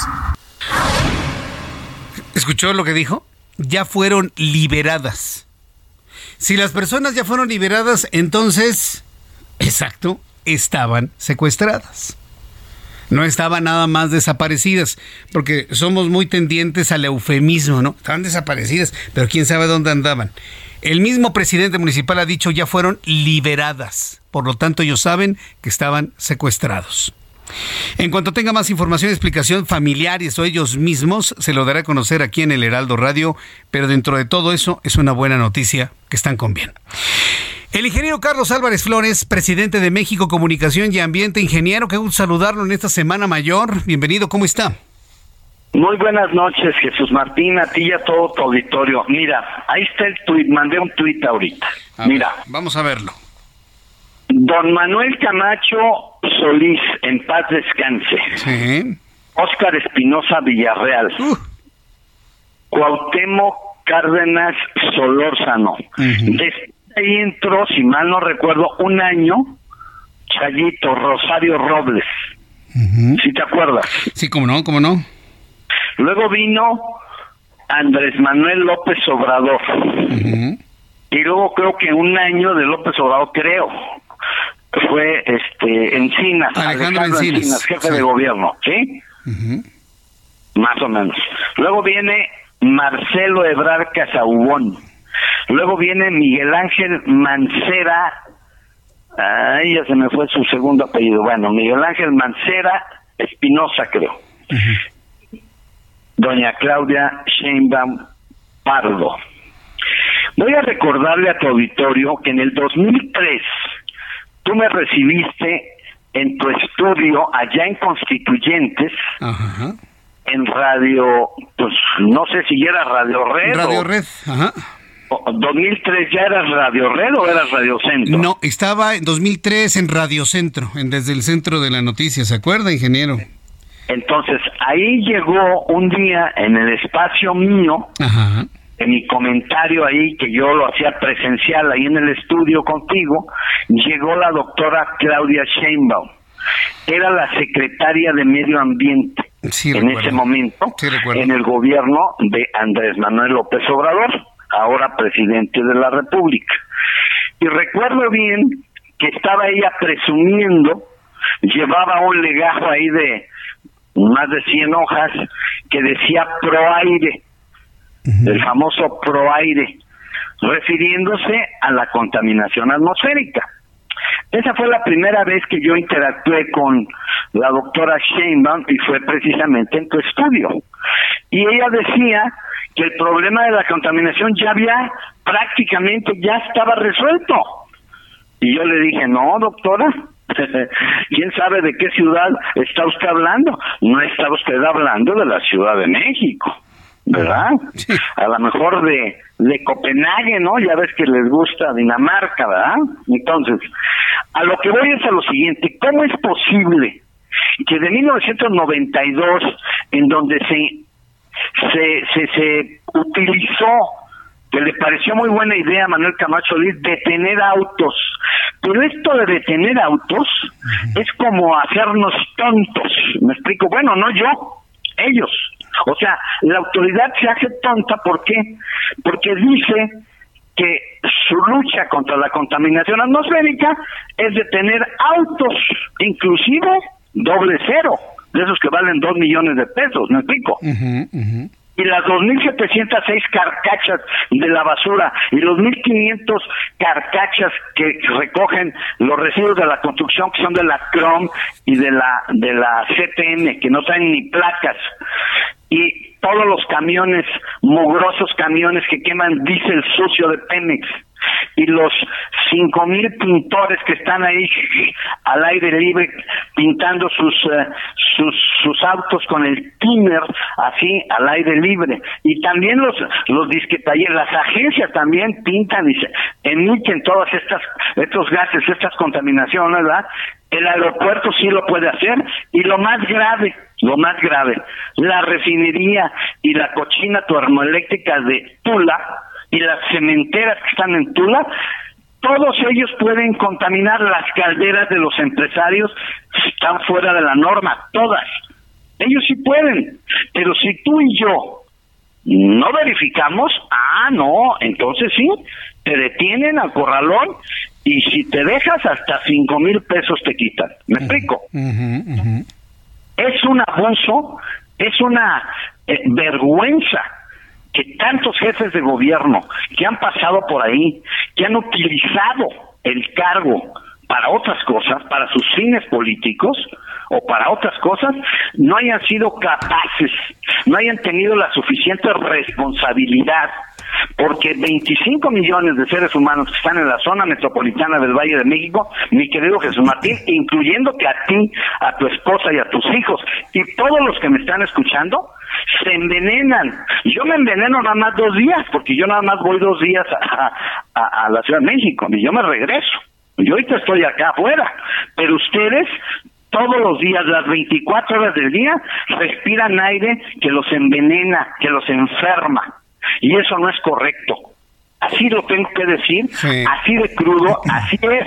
¿Escuchó lo que dijo? Ya fueron liberadas. Si las personas ya fueron liberadas, entonces, exacto, estaban secuestradas. No estaban nada más desaparecidas, porque somos muy tendientes al eufemismo, ¿no? Estaban desaparecidas, pero quién sabe dónde andaban. El mismo presidente municipal ha dicho ya fueron liberadas. Por lo tanto, ellos saben que estaban secuestrados. En cuanto tenga más información y explicación, familiares o ellos mismos, se lo daré a conocer aquí en el Heraldo Radio. Pero dentro de todo eso, es una buena noticia que están con bien. El ingeniero Carlos Álvarez Flores, presidente de México Comunicación y Ambiente. Ingeniero, qué gusto saludarlo en esta Semana Mayor. Bienvenido, ¿cómo está? Muy buenas noches, Jesús Martín, a ti y a todo tu auditorio. Mira, ahí está el tuit, mandé un tuit ahorita. A Mira. Ver, vamos a verlo. Don Manuel Camacho Solís, en paz descanse. Sí. Óscar Espinosa Villarreal. Uh. Cuauhtémoc Cárdenas Solórzano. Uh-huh. Después ahí entró, si mal no recuerdo, un año, Chayito, Rosario Robles. Uh-huh. ¿Sí te acuerdas? Sí, cómo no, cómo no. Luego vino Andrés Manuel López Obrador. Uh-huh. y luego creo que un año de López Obrador, creo, fue este Encinas, Alejandro, Alejandro Encinas, Encinas, jefe sí. de gobierno, ¿sí? Uh-huh. Más o menos. Luego viene Marcelo Ebrard Casaubón. Luego viene Miguel Ángel Mancera. Ay, ya se me fue su segundo apellido. Bueno, Miguel Ángel Mancera Espinosa, creo. Uh-huh. Doña Claudia Sheinbaum Pardo. Voy a recordarle a tu auditorio que en el dos mil tres tú me recibiste en tu estudio allá en Constituyentes, Ajá. en radio, pues no sé si era Radio Red. Radio o, Red, ajá. O, ¿dos mil tres ya eras Radio Red o eras Radio Centro? No, estaba en dos mil tres en Radio Centro, en desde el centro de la noticia, ¿se acuerda, ingeniero? Entonces, ahí llegó un día en el espacio mío, Ajá. en mi comentario ahí, que yo lo hacía presencial ahí en el estudio contigo, llegó la doctora Claudia Sheinbaum. Era la secretaria de Medio Ambiente sí, en recuerdo. ese momento, sí, en el gobierno de Andrés Manuel López Obrador, ahora presidente de la República. Y recuerdo bien que estaba ella presumiendo, llevaba un legajo ahí de más de cien hojas que decía Proaire, uh-huh. el famoso Proaire, refiriéndose a la contaminación atmosférica. Esa fue la primera vez que yo interactué con la doctora Sheinbaum y fue precisamente en tu estudio. Y ella decía que el problema de la contaminación ya había prácticamente, ya estaba resuelto. Y yo le dije, no, doctora, ¿quién sabe de qué ciudad está usted hablando? No está usted hablando de la Ciudad de México, ¿verdad? Sí. A lo mejor de, de Copenhague, ¿no? Ya ves que les gusta Dinamarca, ¿verdad? Entonces, a lo que voy es a lo siguiente, ¿cómo es posible que de mil novecientos noventa y dos, en donde se, se, se, se utilizó, que le pareció muy buena idea a Manuel Camacho Solís, detener autos, pero esto de detener autos uh-huh. es como hacernos tontos, ¿me explico? Bueno, no yo, ellos. O sea, la autoridad se hace tonta, ¿por qué? Porque dice que su lucha contra la contaminación atmosférica es detener autos, inclusive doble cero, de esos que valen dos millones de pesos, ¿me explico? Uh-huh, uh-huh. Y las dos mil setecientas seis carcachas de la basura y los mil quinientos carcachas que recogen los residuos de la construcción, que son de la C R O M y de la de la C T N, que no traen ni placas, y todos los camiones, mugrosos camiones que queman diésel sucio de Pemex, y los cinco mil pintores que están ahí al aire libre pintando sus uh, sus sus autos con el thinner así al aire libre, y también los los disquetalleres, las agencias también pintan y se emiten todas estas estos gases, estas contaminaciones, ¿verdad? El aeropuerto sí lo puede hacer, y lo más grave, lo más grave, la refinería y la cochina termoeléctrica de Tula y las cementeras que están en Tula, todos ellos pueden contaminar. Las calderas de los empresarios están fuera de la norma, todas. Ellos sí pueden, pero si tú y yo no verificamos, ah, no, entonces sí, te detienen al corralón, y si te dejas hasta cinco mil pesos te quitan. ¿Me uh-huh. explico? Uh-huh, uh-huh. Es un abuso, es una eh, vergüenza que tantos jefes de gobierno que han pasado por ahí, que han utilizado el cargo para otras cosas, para sus fines políticos o para otras cosas, no hayan sido capaces, no hayan tenido la suficiente responsabilidad, porque veinticinco millones de seres humanos que están en la zona metropolitana del Valle de México, mi querido Jesús Martín, incluyéndote a ti, a tu esposa y a tus hijos, y todos los que me están escuchando, se envenenan. Yo me enveneno nada más dos días, porque yo nada más voy dos días a, a, a la Ciudad de México, y yo me regreso. Yo ahorita estoy acá afuera, pero ustedes todos los días, las veinticuatro horas del día, respiran aire que los envenena, que los enferma. Y eso no es correcto. Así lo tengo que decir, sí. Así de crudo, así es.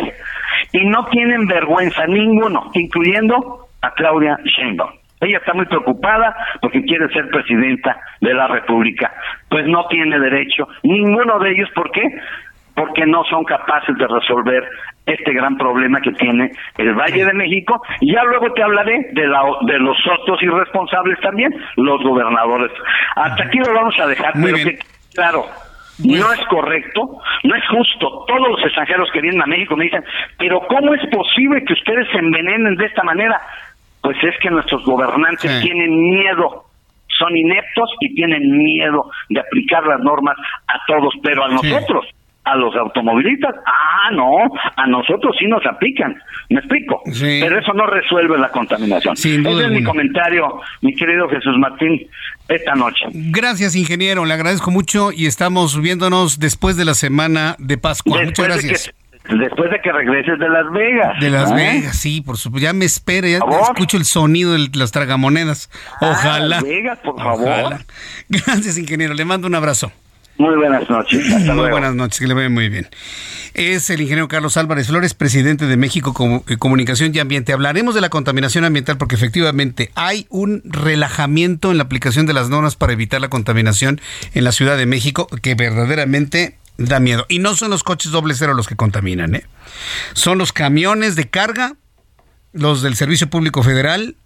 Y no tienen vergüenza ninguno, incluyendo a Claudia Sheinbaum. Ella está muy preocupada porque quiere ser presidenta de la República. Pues no tiene derecho, ninguno de ellos. ¿Por qué? porque no son capaces de resolver este gran problema que tiene el Valle de México. Y ya luego te hablaré de, la, de los otros irresponsables también, los gobernadores. Hasta aquí lo vamos a dejar, Muy pero bien. que, claro, no es correcto, no es justo. Todos los extranjeros que vienen a México me dicen, pero ¿cómo es posible que ustedes se envenenen de esta manera? Pues es que nuestros gobernantes Sí. tienen miedo, son ineptos y tienen miedo de aplicar las normas a todos, pero a nosotros, sí. a los automovilistas, ah, no, a nosotros sí nos aplican, ¿me explico? Sí. Pero eso no resuelve la contaminación. Sin duda Ese es alguna. mi comentario, mi querido Jesús Martín, esta noche. Gracias, ingeniero, le agradezco mucho y estamos viéndonos después de la semana de Pascua. Después Muchas gracias. De que, después de que regreses de Las Vegas. De Las ¿eh? Vegas, sí, por supuesto. Ya me espera, ya Por favor. escucho el sonido de las tragamonedas. Ojalá. Ah, Las Vegas, por favor. Ojalá. Gracias, ingeniero. Le mando un abrazo. Muy buenas noches. Hasta Muy luego. buenas noches, que le vaya muy bien. Es el ingeniero Carlos Álvarez Flores, presidente de México Com- Comunicación y Ambiente. Hablaremos de la contaminación ambiental porque efectivamente hay un relajamiento en la aplicación de las normas para evitar la contaminación en la Ciudad de México que verdaderamente da miedo. Y no son los coches doble cero los que contaminan, ¿eh? Son los camiones de carga, los del Servicio Público Federal,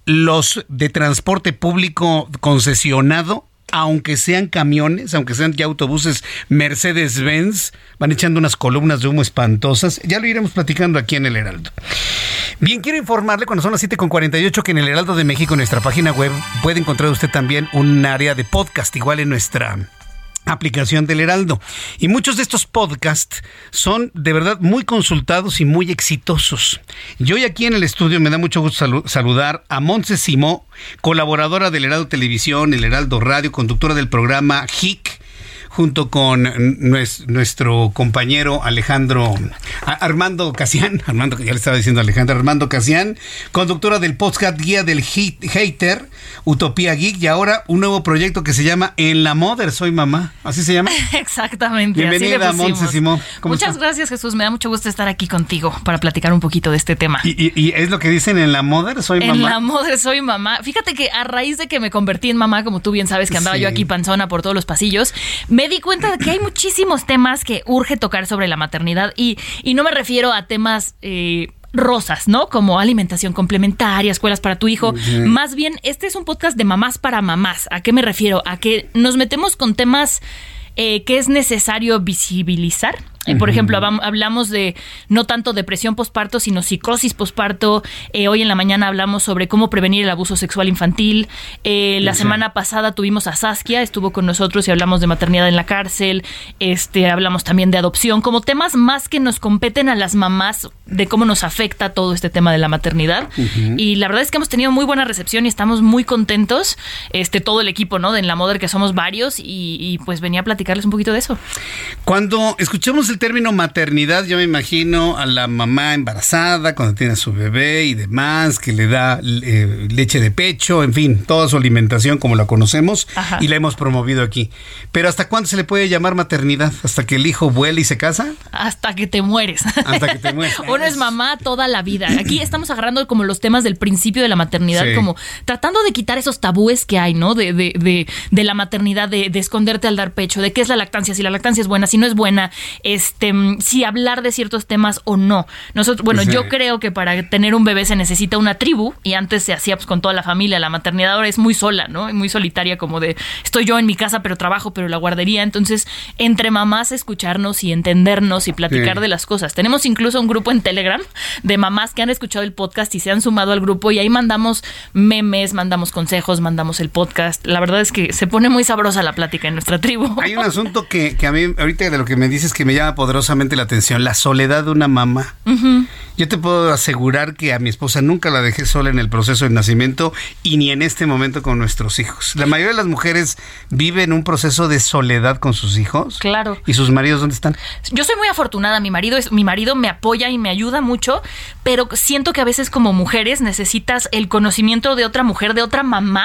los de transporte público concesionado, aunque sean camiones, aunque sean ya autobuses Mercedes-Benz, van echando unas columnas de humo espantosas. Ya lo iremos platicando aquí en El Heraldo. Bien, quiero informarle, cuando son las siete con cuarenta y ocho, que en El Heraldo de México, en nuestra página web, puede encontrar usted también un área de podcast, igual en nuestra aplicación del Heraldo. Y muchos de estos podcasts son de verdad muy consultados y muy exitosos. Y hoy aquí en el estudio me da mucho gusto salu- saludar a Montse Simó, colaboradora del Heraldo Televisión, el Heraldo Radio, conductora del programa H I C, junto con nues- nuestro compañero Alejandro a- Armando Casián, Armando, ya le estaba diciendo Alejandro, Armando Casián, conductora del podcast Guía del Hit- Hater, Utopía Geek, y ahora un nuevo proyecto que se llama En la Mother Soy Mamá, ¿así se llama? Exactamente. Bienvenida, así le pusimos. Montse Simó. ¿Cómo Muchas está? gracias, Jesús. Me da mucho gusto estar aquí contigo para platicar un poquito de este tema. ¿Y, y, y es lo que dicen en la Mother Soy En Mamá? la moda soy mamá. Fíjate que a raíz de que me convertí en mamá, como tú bien sabes que andaba Sí. yo aquí panzona por todos los pasillos, me di cuenta de que hay muchísimos temas que urge tocar sobre la maternidad y, y no me refiero a temas eh, rosas, ¿no? Como alimentación complementaria, escuelas para tu hijo. Ujú. Más bien, este es un podcast de mamás para mamás. ¿A qué me refiero? A que nos metemos con temas eh, que es necesario visibilizar. Eh, por Ujú. ejemplo, habam- hablamos de no tanto depresión posparto, sino psicosis posparto. Eh, hoy en la mañana hablamos sobre cómo prevenir el abuso sexual infantil. Eh, la Sí. semana pasada tuvimos a Saskia, estuvo con nosotros y hablamos de maternidad en la cárcel. Este, hablamos también de adopción, como temas más que nos competen a las mamás, de cómo nos afecta todo este tema de la maternidad. Ujú. Y la verdad es que hemos tenido muy buena recepción y estamos muy contentos, este, todo el equipo, ¿no? De En la Mother, que somos varios, y, y pues venía a platicarles un poquito de eso. Cuando escuchamos el término maternidad, yo me imagino a la mamá embarazada, cuando tiene a su bebé y demás, que le da eh, leche de pecho, en fin, toda su alimentación como la conocemos. Ajá. Y la hemos promovido aquí. Pero ¿hasta cuándo se le puede llamar maternidad? ¿Hasta que el hijo vuela y se casa? Hasta que te mueres. Hasta que te mueres. Uno es mamá toda la vida. Aquí estamos agarrando como los temas del principio de la maternidad, Sí. como tratando de quitar esos tabúes que hay, ¿no? De, de, de, de la maternidad, de, de esconderte al dar pecho, de qué es la lactancia, si la lactancia es buena, si no es buena, este, si hablar de ciertos temas o no. Nosotros, bueno, Sí. yo creo que para tener un bebé se necesita una tribu, y antes se hacía pues con toda la familia. La maternidad ahora es muy sola, ¿no? Muy solitaria, como de estoy yo en mi casa, pero trabajo, pero la guardería. Entonces, entre mamás, escucharnos y entendernos y platicar Sí. de las cosas. Tenemos incluso un grupo en Telegram de mamás que han escuchado el podcast y se han sumado al grupo, y ahí mandamos memes, mandamos consejos, mandamos el podcast. La verdad es que se pone muy sabrosa la plática en nuestra tribu. Hay un asunto que, que a mí, ahorita de lo que me dices, que me llama poderosamente la atención, la soledad de una mamá. Ujú. Yo te puedo asegurar que a mi esposa nunca la dejé sola en el proceso de nacimiento y ni en este momento con nuestros hijos. La mayoría de las mujeres viven un proceso de soledad con sus hijos. Claro. ¿Y sus maridos dónde están? Yo soy muy afortunada, mi marido es, mi marido me apoya y me ayuda mucho, pero siento que a veces como mujeres necesitas el conocimiento de otra mujer, de otra mamá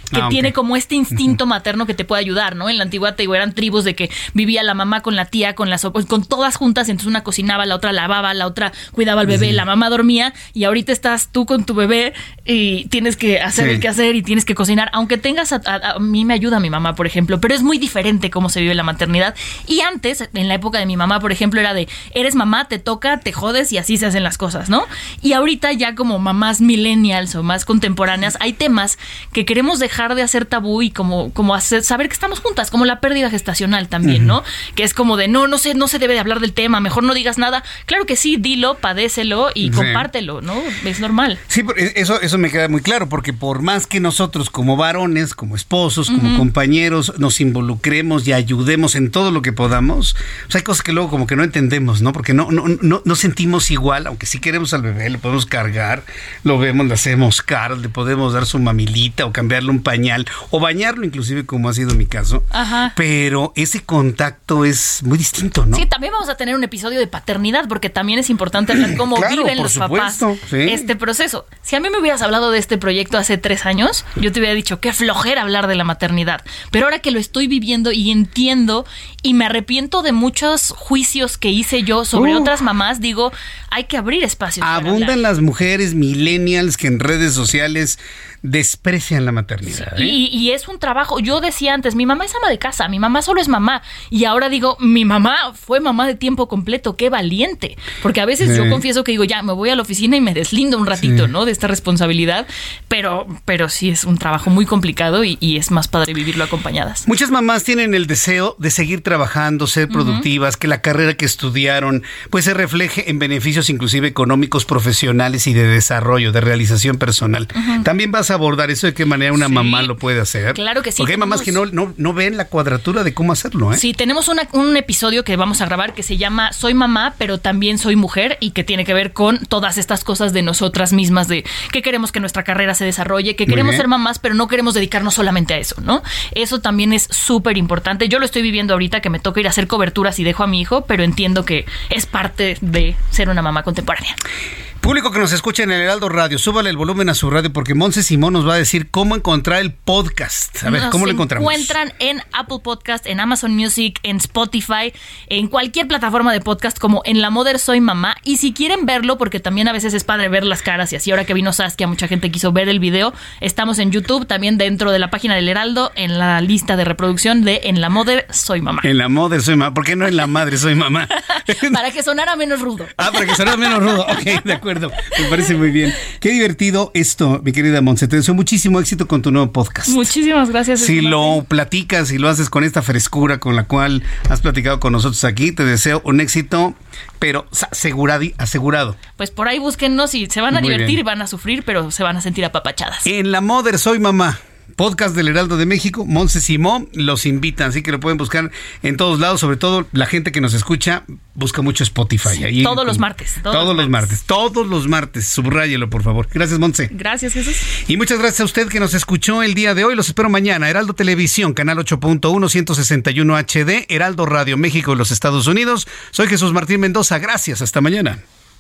que Ah, tiene ok. como este instinto materno que te puede ayudar, ¿no? En la antigüedad te digo, eran tribus de que vivía la mamá con la tía, con las con todas juntas, entonces una cocinaba, la otra lavaba, la otra cuidaba al bebé, sí. la mamá dormía, y ahorita estás tú con tu bebé y tienes que hacer sí. el que hacer y tienes que cocinar, aunque tengas a, a, a mí me ayuda mi mamá, por ejemplo, pero es muy diferente cómo se vive la maternidad. Y antes, en la época de mi mamá, por ejemplo, era de eres mamá, te toca, te jodes y así se hacen las cosas, ¿no? Y ahorita ya como mamás millennials o más contemporáneas, hay temas que queremos dejar de hacer tabú y como, como hacer, saber que estamos juntas, como la pérdida gestacional también, ¿no? Uh-huh. Que es como de, no, no sé, no se debe de hablar del tema, mejor no digas nada. Claro que sí, dilo, padécelo y sí. compártelo, ¿no? Es normal. Sí, eso, eso me queda muy claro, porque por más que nosotros como varones, como esposos, como uh-huh. compañeros, nos involucremos y ayudemos en todo lo que podamos, o sea, hay cosas que luego como que no entendemos, ¿no? Porque no, no, no, no sentimos igual, aunque sí queremos al bebé, lo podemos cargar, lo vemos, le hacemos caras, le podemos dar su mamilita o cambiarle un pañal o bañarlo inclusive, como ha sido mi caso. Ajá. Pero ese contacto es muy distinto, ¿no? Sí, también vamos a tener un episodio de paternidad, porque también es importante hablar cómo claro, viven los supuesto, papás sí. este proceso. Si a mí me hubieras hablado de este proyecto hace tres años, yo te hubiera dicho, qué flojera hablar de la maternidad. Pero ahora que lo estoy viviendo y entiendo y me arrepiento de muchos juicios que hice yo sobre uh. otras mamás, digo, hay que abrir espacios. Abundan las mujeres millennials que en redes sociales desprecian la maternidad. Sí, ¿eh? y, y es un trabajo. Yo decía antes, mi mamá es ama de casa, mi mamá solo es mamá. Y ahora digo, mi mamá fue mamá de tiempo completo, qué valiente. Porque a veces sí. yo confieso que digo, ya, me voy a la oficina y me deslindo un ratito, sí. ¿no? De esta responsabilidad. Pero, pero sí es un trabajo muy complicado y, y es más padre vivirlo acompañadas. Muchas mamás tienen el deseo de seguir trabajando, ser productivas, uh-huh. que la carrera que estudiaron pues se refleje en beneficios inclusive económicos, profesionales y de desarrollo, de realización personal. Uh-huh. También vas a abordar eso, de qué manera una sí, mamá lo puede hacer. Claro que sí. Porque hay mamás que no, no, no ven la cuadratura de cómo hacerlo, ¿eh? Sí, tenemos una, un episodio que vamos a grabar que se llama Soy mamá, pero también soy mujer, y que tiene que ver con todas estas cosas de nosotras mismas, de que queremos que nuestra carrera se desarrolle, que queremos ser mamás, pero no queremos dedicarnos solamente a eso, ¿no? Eso también es súper importante. Yo lo estoy viviendo ahorita, que me toca ir a hacer coberturas y dejo a mi hijo, pero entiendo que es parte de ser una mamá contemporánea. Público que nos escucha en el Heraldo Radio, súbale el volumen a su radio porque Montse Simón nos va a decir cómo encontrar el podcast. A ver, nos ¿cómo lo encontramos? Nos encuentran en Apple Podcast, en Amazon Music, en Spotify, en cualquier plataforma de podcast como En la Mother Soy Mamá. Y si quieren verlo, porque también a veces es padre ver las caras y así, ahora que vino Saskia, mucha gente quiso ver el video, estamos en YouTube, también dentro de la página del Heraldo, en la lista de reproducción de En la Mother Soy Mamá. En la Mother Soy Mamá, ¿por qué no En la Madre Soy Mamá? Para que sonara menos rudo. Ah, para que sonara menos rudo, ok, de acuerdo. Me parece muy bien. Qué divertido esto, mi querida Montse. Te deseo muchísimo éxito con tu nuevo podcast. Muchísimas gracias. Si lo platicas y lo haces con esta frescura con la cual has platicado con nosotros aquí, te deseo un éxito, pero asegurado. asegurado. Pues por ahí búsquennos y se van a muy divertir, bien. Van a sufrir, pero se van a sentir apapachadas. En la Mother Soy Mamá, podcast del Heraldo de México, Montse Simón los invitan, así que lo pueden buscar en todos lados, sobre todo la gente que nos escucha busca mucho Spotify. Sí, ahí, todos con, los martes. Todos, todos los martes. martes, todos los martes, subráyelo por favor. Gracias, Montse. Gracias, Jesús. Y muchas gracias a usted que nos escuchó el día de hoy. Los espero mañana, Heraldo Televisión, canal ocho punto uno, ciento sesenta y uno H D, Heraldo Radio México, los Estados Unidos. Soy Jesús Martín Mendoza, gracias, hasta mañana.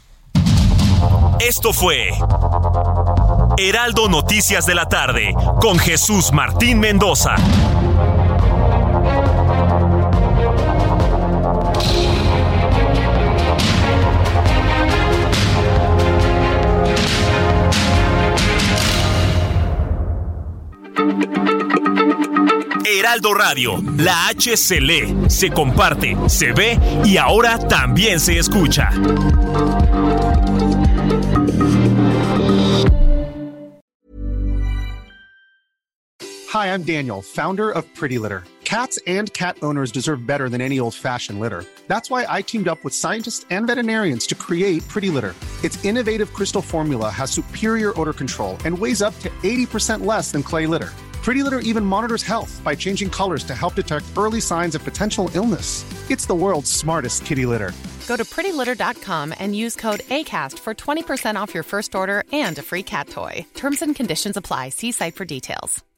Esto fue Heraldo Noticias de la tarde con Jesús Martín Mendoza. Heraldo Radio, la H se lee, se comparte, se ve y ahora también se escucha. Hi, I'm Daniel, founder of Pretty Litter. Cats and cat owners deserve better than any old-fashioned litter. That's why I teamed up with scientists and veterinarians to create Pretty Litter. Its innovative crystal formula has superior odor control and weighs up to eighty percent less than clay litter. Pretty Litter even monitors health by changing colors to help detect early signs of potential illness. It's the world's smartest kitty litter. Go to pretty litter dot com and use code ACAST for twenty percent off your first order and a free cat toy. Terms and conditions apply. See site for details.